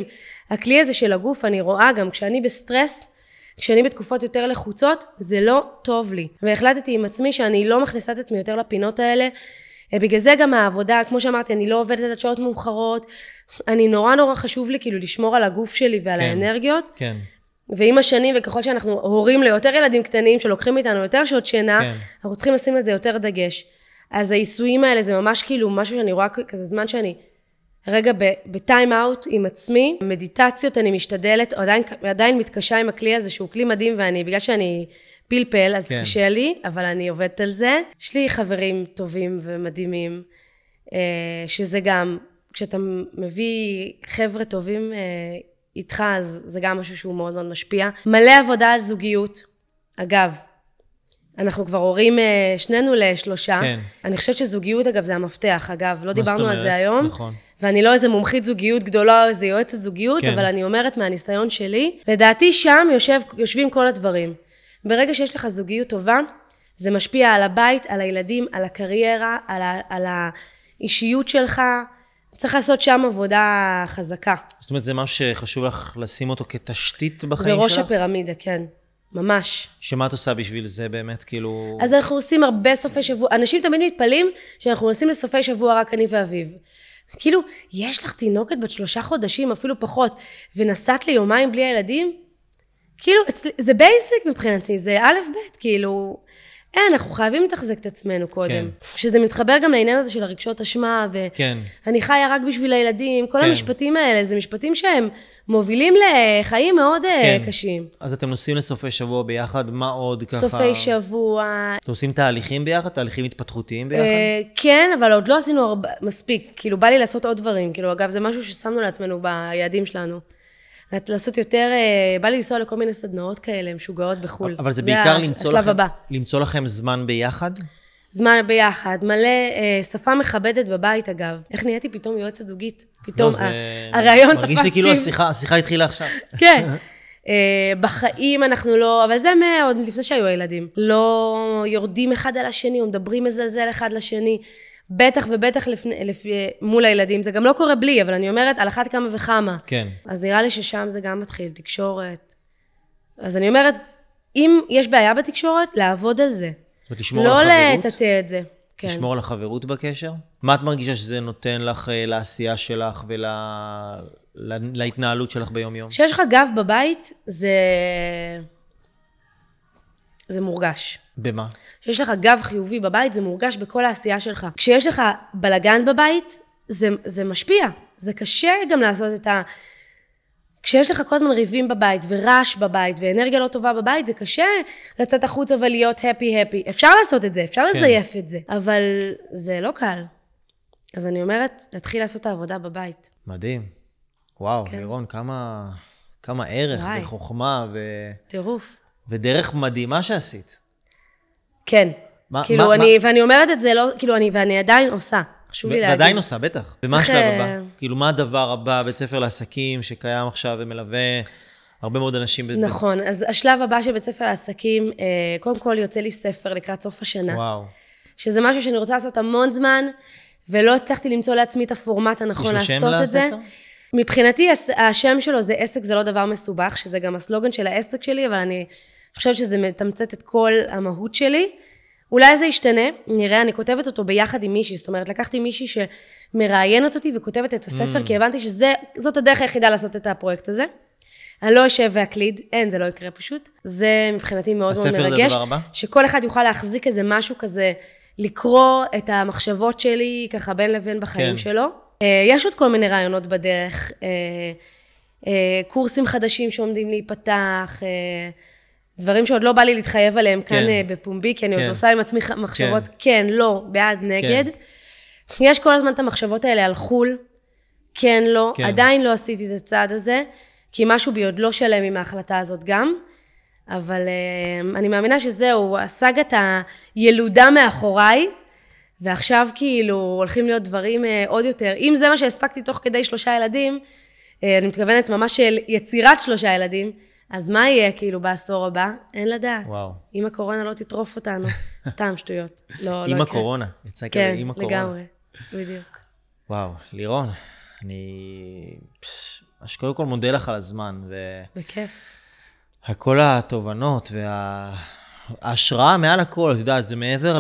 Speaker 2: הכלי הזה של הגוף, אני רואה גם כשאני בסטרס, כשאני בתקופות יותר לחוצות, זה לא טוב לי. והחלטתי עם עצמי שאני לא מכניסה את עצמי יותר לפינות האלה, בגלל זה גם העבודה, כמו שאמרתי, אני לא עובדת עד שעות מאוחרות, אני נורא חשוב לי כאילו לשמור על הגוף שלי ועל האנרגיות.
Speaker 1: כן.
Speaker 2: ועם השנים, וככל שאנחנו הורים ליותר ילדים קטנים, שלוקחים מאיתנו יותר שעות שינה, אנחנו צריכים לשים על זה יותר דגש. אז העיסויים האלה זה ממש כאילו משהו שאני רואה כזה זמן שאני רגע בטיים אאוט עם עצמי, מדיטציות אני משתדלת, עדיין מתקשה עם הכלי הזה שהוא כלי מדהים, בגלל שאני פלפל, אז קשה לי, אבל אני עובדת על זה. יש לי חברים טובים ומדהימים, שזה גם, כשאתה מביא חבר'ה טובים איתך, אז זה גם משהו שהוא מאוד מאוד משפיע. מלא עבודה על זוגיות. אגב, אנחנו כבר הורים שנינו לשלושה. כן. אני חושבת שזוגיות, אגב, זה המפתח. אגב, לא דיברנו על זה היום.
Speaker 1: נכון.
Speaker 2: ואני לא איזה מומחית זוגיות גדולה, או איזה יועצת זוגיות, אבל אני אומרת מהניסיון שלי, לדעתי שם יושבים כל הדברים. ברגע שיש לך זוגיות טובה, זה משפיע על הבית, על הילדים, על הקריירה, על האישיות שלך. צריך לעשות שם עבודה חזקה. זאת
Speaker 1: אומרת, זה משהו שחשוב לך לשים אותו כתשתית בחיים שלך?
Speaker 2: זה ראש הפירמידה, כן. ממש.
Speaker 1: שמה את עושה בשביל זה באמת, כאילו...
Speaker 2: אז אנחנו עושים הרבה סופי שבוע. אנשים תמיד מתפלאים שאנחנו עושים לסופי שבוע רק אני ואביב. כאילו, יש לך תינוקת בת 3 חודשים, אפילו פחות, ונסעת לי יומיים בלי הילדים? כאילו, זה בייסיק מבחינתי, זה א' ב', כאילו, אנחנו חייבים לתחזק את עצמנו קודם. כן. שזה מתחבר גם לעניין הזה של הרגשות אשמה, ואני חיה רק בשביל הילדים, כל המשפטים האלה, זה משפטים שהם מובילים לחיים מאוד קשים.
Speaker 1: אז אתם נוסעים לסופי שבוע ביחד, מה עוד ככה?
Speaker 2: סופי שבוע.
Speaker 1: אתם עושים תהליכים ביחד, תהליכים התפתחותיים ביחד?
Speaker 2: כן, אבל עוד לא עשינו מספיק, כאילו בא לי לעשות עוד דברים, כאילו אגב זה משהו ששמנו לעצמנו ביעדים שלנו. לעשות יותר, בא לי לנסוע לכל מיני סדנאות כאלה, משוגעות בחול.
Speaker 1: אבל זה בעיקר למצוא לכם זמן ביחד?
Speaker 2: זמן ביחד, מלא שפה מכבדת בבית אגב. איך נהייתי פתאום יועצת זוגית? פתאום הרעיון תפס
Speaker 1: מרגיש לי כאילו השיחה התחילה עכשיו.
Speaker 2: כן. בחיים אנחנו לא, אבל זה עוד לפני שהיו הילדים. לא יורדים אחד על השני, או מדברים מזלזל אחד לשני. בטח ובטח מול הילדים. זה גם לא קורה בלי, אבל אני אומרת על אחת כמה וכמה. כן. אז נראה לי ששם זה גם מתחיל, תקשורת. אז אני אומרת, אם יש בעיה בתקשורת, לעבוד על זה. לא לטאטא את זה.
Speaker 1: לשמור על החברות בקשר? מה את מרגישה שזה נותן לך לעשייה שלך ולהתנהלות שלך ביום יום?
Speaker 2: שיש לך גב בבית, זה מורגש.
Speaker 1: במה?
Speaker 2: כשיש לך גב חיובי בבית, זה מורגש בכל העשייה שלך. כשיש לך בלגן בבית, זה משפיע. זה קשה גם לעשות את כשיש לך כל הזמן ריבים בבית, ורעש בבית, ואנרגיה לא טובה בבית, זה קשה לצאת החוצה ולהיות happy. אפשר לעשות את זה, אפשר לזייף את זה, אבל זה לא קל. אז אני אומרת, להתחיל לעשות את העבודה בבית.
Speaker 1: מדהים. וואו, לירון, כמה ערך וחוכמה
Speaker 2: טירוף.
Speaker 1: ודרך מדהימה שעשית.
Speaker 2: כן. כאילו, ואני אומרת את זה, לא, כאילו, ואני עדיין עושה. חשוב לי להגיד.
Speaker 1: ועדיין עושה, בטח. ומה
Speaker 2: צריך,
Speaker 1: השלב הבא? כאילו, מה הדבר הבא, בית ספר לעסקים שקיים עכשיו ומלווה הרבה מאוד אנשים?
Speaker 2: נכון, אז השלב הבא של בית ספר לעסקים, קודם כל יוצא לי ספר לקראת סוף השנה.
Speaker 1: וואו.
Speaker 2: שזה משהו שאני רוצה לעשות המון זמן, ולא הצלחתי למצוא לעצמי את הפורמט הנכון לעשות את זה. מבחינתי, השם שלו זה עסק, זה לא דבר מסובך, שזה גם הסלוגן של העסק שלי, אבל אני חושבת שזה מתמצת את כל המהות שלי. אולי זה ישתנה, נראה, אני כותבת אותו ביחד עם מישהי, זאת אומרת, לקחתי מישהי שמראיינת אותי וכותבת את הספר, כי הבנתי שזאת הדרך היחידה לעשות את הפרויקט הזה. אני לא אשב ואקליד, אין, זה לא יקרה פשוט. זה מבחינתי מאוד מאוד מרגש. הספר זה הדבר הבא? שכל אחד יוכל להחזיק איזה משהו כזה, לקרוא את המחשבות שלי, ככה בין לבין בחיים שלו. יש עוד כל מיני רעיונות בדרך, קורסים חדשים שעומדים להיפתח, דברים שעוד לא בא לי להתחייב עליהם כאן בפומבי, כי אני עוד עושה עם עצמי מחשבות, כן, לא, בעד, נגד. יש כל הזמן את המחשבות האלה על חול, כן, לא, עדיין לא עשיתי את הצעד הזה, כי משהו בי עוד לא שלם עם ההחלטה הזאת גם, אבל אני מאמינה שזהו, הסגת הילודה מאחוריי, ועכשיו כאילו הולכים להיות דברים עוד יותר, אם זה מה שהספקתי תוך כדי 3 ילדים, אני מתכוונת ממש של יצירת 3 ילדים, אז מה יהיה כאילו בעשור הבא? אין לדעת.
Speaker 1: וואו.
Speaker 2: אם הקורונה לא תטרוף אותנו, סתם שטויות. לא
Speaker 1: עם הקורונה, יצא כזה עם הקורונה.
Speaker 2: כן, לגמרי, בדיוק.
Speaker 1: וואו, לירון, אני קודם כל מודה לך על הזמן.
Speaker 2: בכיף.
Speaker 1: כל התובנות וההשראה מעל הכל, אתה יודע, זה מעבר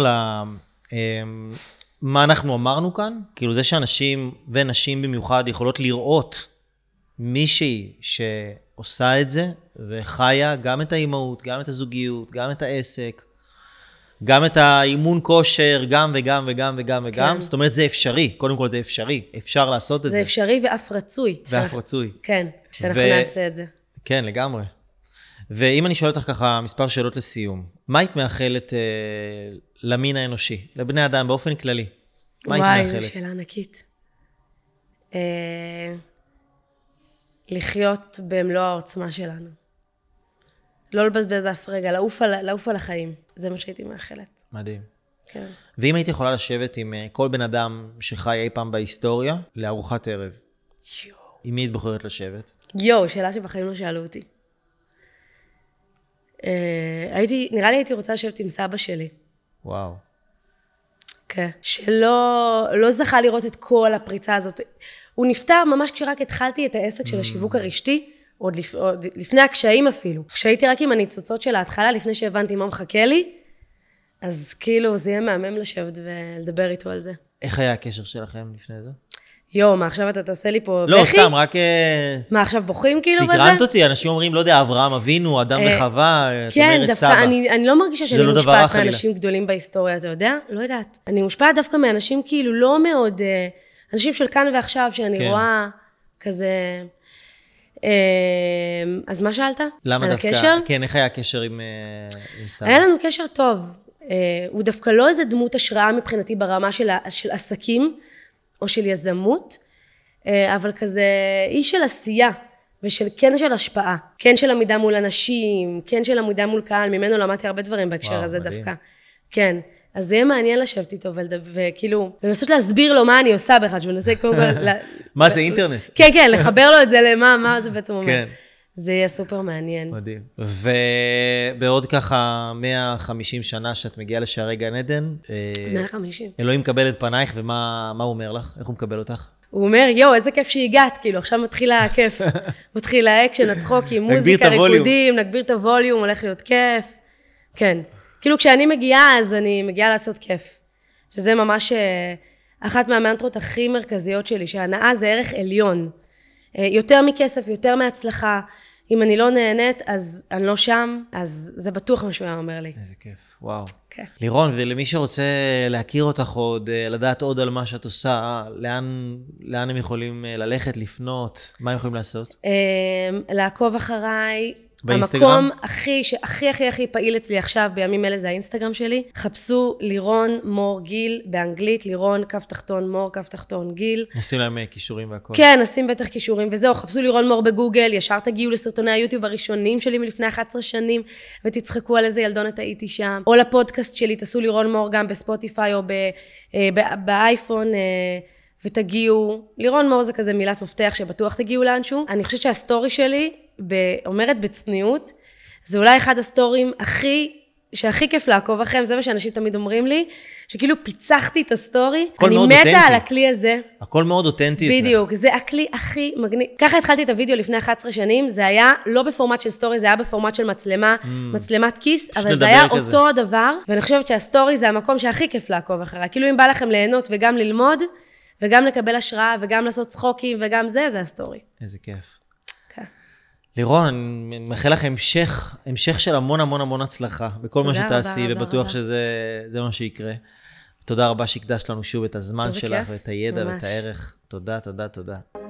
Speaker 1: מה אנחנו אמרנו כאן, כאילו זה שאנשים ונשים במיוחד יכולות לראות מישהי שעושה את זה, וחיה גם את האימהות, גם את הזוגיות, גם את העסק, גם את האימון כושר, גם וגם וגם וגם וגם. זאת אומרת, זה אפשרי. קודם כל זה אפשרי. אפשר לעשות את זה.
Speaker 2: זה אפשרי ואף רצוי.
Speaker 1: ואף רצוי.
Speaker 2: כן, שאנחנו נעשה את זה.
Speaker 1: כן, לגמרי. ואם אני שואל אותך ככה מספר שאלות לסיום, מה היית מאחלת למין האנושי, לבני אדם באופן כללי? מה היית מאחלת?
Speaker 2: וואי, זו שאלה ענקית. לחיות במלוא העוצמה שלנו. לא לבזבז אף רגע, לעוף על החיים. זה מה שהייתי מאחלת.
Speaker 1: מדהים.
Speaker 2: כן.
Speaker 1: ואם היית יכולה לשבת עם כל בן אדם שחי אי פעם בהיסטוריה, לארוחת ערב, עם מי היית בוחרת לשבת?
Speaker 2: שאלה שבחיים לא שאלו אותי. נראה לי הייתי רוצה לשבת עם סבא שלי.
Speaker 1: וואו. כן.
Speaker 2: שלא זכה לראות את כל הפריצה הזאת. הוא נפטר ממש כשרק התחלתי את העסק של השיווק הרשתי, עוד לפני הקשיים אפילו. כשהייתי רק עם הניצוצות של ההתחלה, לפני שהבנתי מה מחכה לי, אז כאילו זה יהיה מהמם לשבת ולדבר איתו על זה.
Speaker 1: איך היה הקשר שלכם לפני זה?
Speaker 2: מה עכשיו אתה תעשה לי פה
Speaker 1: לא,
Speaker 2: בכי?
Speaker 1: סתם, רק...
Speaker 2: מה, עכשיו בוכים כאילו בזה?
Speaker 1: סקרנת אותי, אנשים אומרים, לא יודע, אברהם אבינו, אדם וחווה, את אומרת סבא.
Speaker 2: כן, דווקא, אני לא מרגישה שאני מושפעת מאנשים גדולים בהיסטוריה, אתה יודע? לא יודעת. אני מושפעת דווקא מאנשים כאילו לא מאוד, אנשים של כאן ועכשיו, שאני רואה כזה... אז מה שאלת?
Speaker 1: למה דווקא?
Speaker 2: הקשר?
Speaker 1: כן, איך היה הקשר עם סבא?
Speaker 2: היה לנו קשר טוב. הוא דווקא לא איזה דמות השראה מבחינתי ברמה של עסקים, או של יזמות, אבל כזה איש של עשייה, כן של השפעה, כן של עמידה מול אנשים, כן של עמידה מול קהל, ממנו למדתי הרבה דברים בהקשר הזה דווקא. כן, אז זה יהיה מעניין לשבת איתו, וכאילו, לנסות להסביר לו מה אני עושה בכלל, שהוא מנסה קודם כל...
Speaker 1: מה זה אינטרנט?
Speaker 2: כן, כן, לחבר לו את זה מה זה בעצם אומר.
Speaker 1: כן.
Speaker 2: זה יהיה סופר מעניין.
Speaker 1: מדהים. ובעוד ככה 150 שנה שאת מגיעה לשערי גן עדן,
Speaker 2: 150.
Speaker 1: אלוהים מקבל את פנייך, ומה הוא אומר לך? איך הוא מקבל אותך?
Speaker 2: הוא אומר, איזה כיף שהגעת, כאילו, עכשיו מתחיל הכיף. מתחיל האקשן, הצחוקים, מוזיקה, ריקודים, נגביר את הווליום, הולך להיות כיף. כן. כאילו, כשאני מגיעה, אז אני מגיעה לעשות כיף. שזה ממש אחת מהמנטרות הכי מרכזיות שלי, שההנאה זה ערך עליון. יותר מכסף, יותר מהצלחה. אם אני לא נהנית, אז אני לא שם, אז זה בטוח מה שהוא אומר לי.
Speaker 1: איזה כיף, וואו.
Speaker 2: כן.
Speaker 1: לירון, ולמי שרוצה להכיר אותך עוד, לדעת עוד על מה שאת עושה, לאן הם יכולים ללכת, לפנות, מה הם יכולים לעשות?
Speaker 2: לעקוב אחריי.
Speaker 1: באינסטגרם?
Speaker 2: המקום הכי פעיל אצלי עכשיו, בימים אלה, זה האינסטגרם שלי. חפשו לירון מור גיל, באנגלית, לירון, כף תחתון מור, כף תחתון גיל.
Speaker 1: נשים להם קישורים והכל.
Speaker 2: כן, נשים בטח קישורים, וזהו, חפשו לירון מור בגוגל, ישר תגיעו לסרטוני היוטיוב הראשונים שלי מלפני 11 שנים, ותצחקו על איזה ילדונת הייתי שם. או לפודקאסט שלי, תעשו לירון מור גם בספוטיפיי או באייפון, ותגיעו. לירון מור זה כזה מילת מפתח שבטוח תגיעו לאנשהו. אני חושבת שהסטורי שלי, אומרת בצניעות, זה אולי אחד הסטורים שהכי כיף לעקוב אחריהם, זה מה שאנשים תמיד אומרים לי, שכאילו פיצחתי את הסטורי, אני מתה על הכלי הזה.
Speaker 1: הכל מאוד אותנטי אצלך.
Speaker 2: בדיוק, זה הכלי הכי מגניב. ככה התחלתי את הוידאו לפני 11 שנים, זה היה לא בפורמט של סטורי, זה היה בפורמט של מצלמה, מצלמת כיס, אבל זה היה אותו דבר, ואני חושבת שהסטורי זה המקום שהכי כיף לעקוב אחריה. כאילו אם בא לכם ליהנות וגם ללמוד, וגם לקבל השראה, וגם לעשות צחוקים, וגם זה הסטורי.
Speaker 1: איזה כיף. לירון, אני מאחל לך המשך של המון הצלחה, בכל מה שתעשי, ובטוח שזה מה שיקרה. תודה רבה שהקדשת לנו שוב את הזמן שלך, ואת הידע ואת הערך. תודה.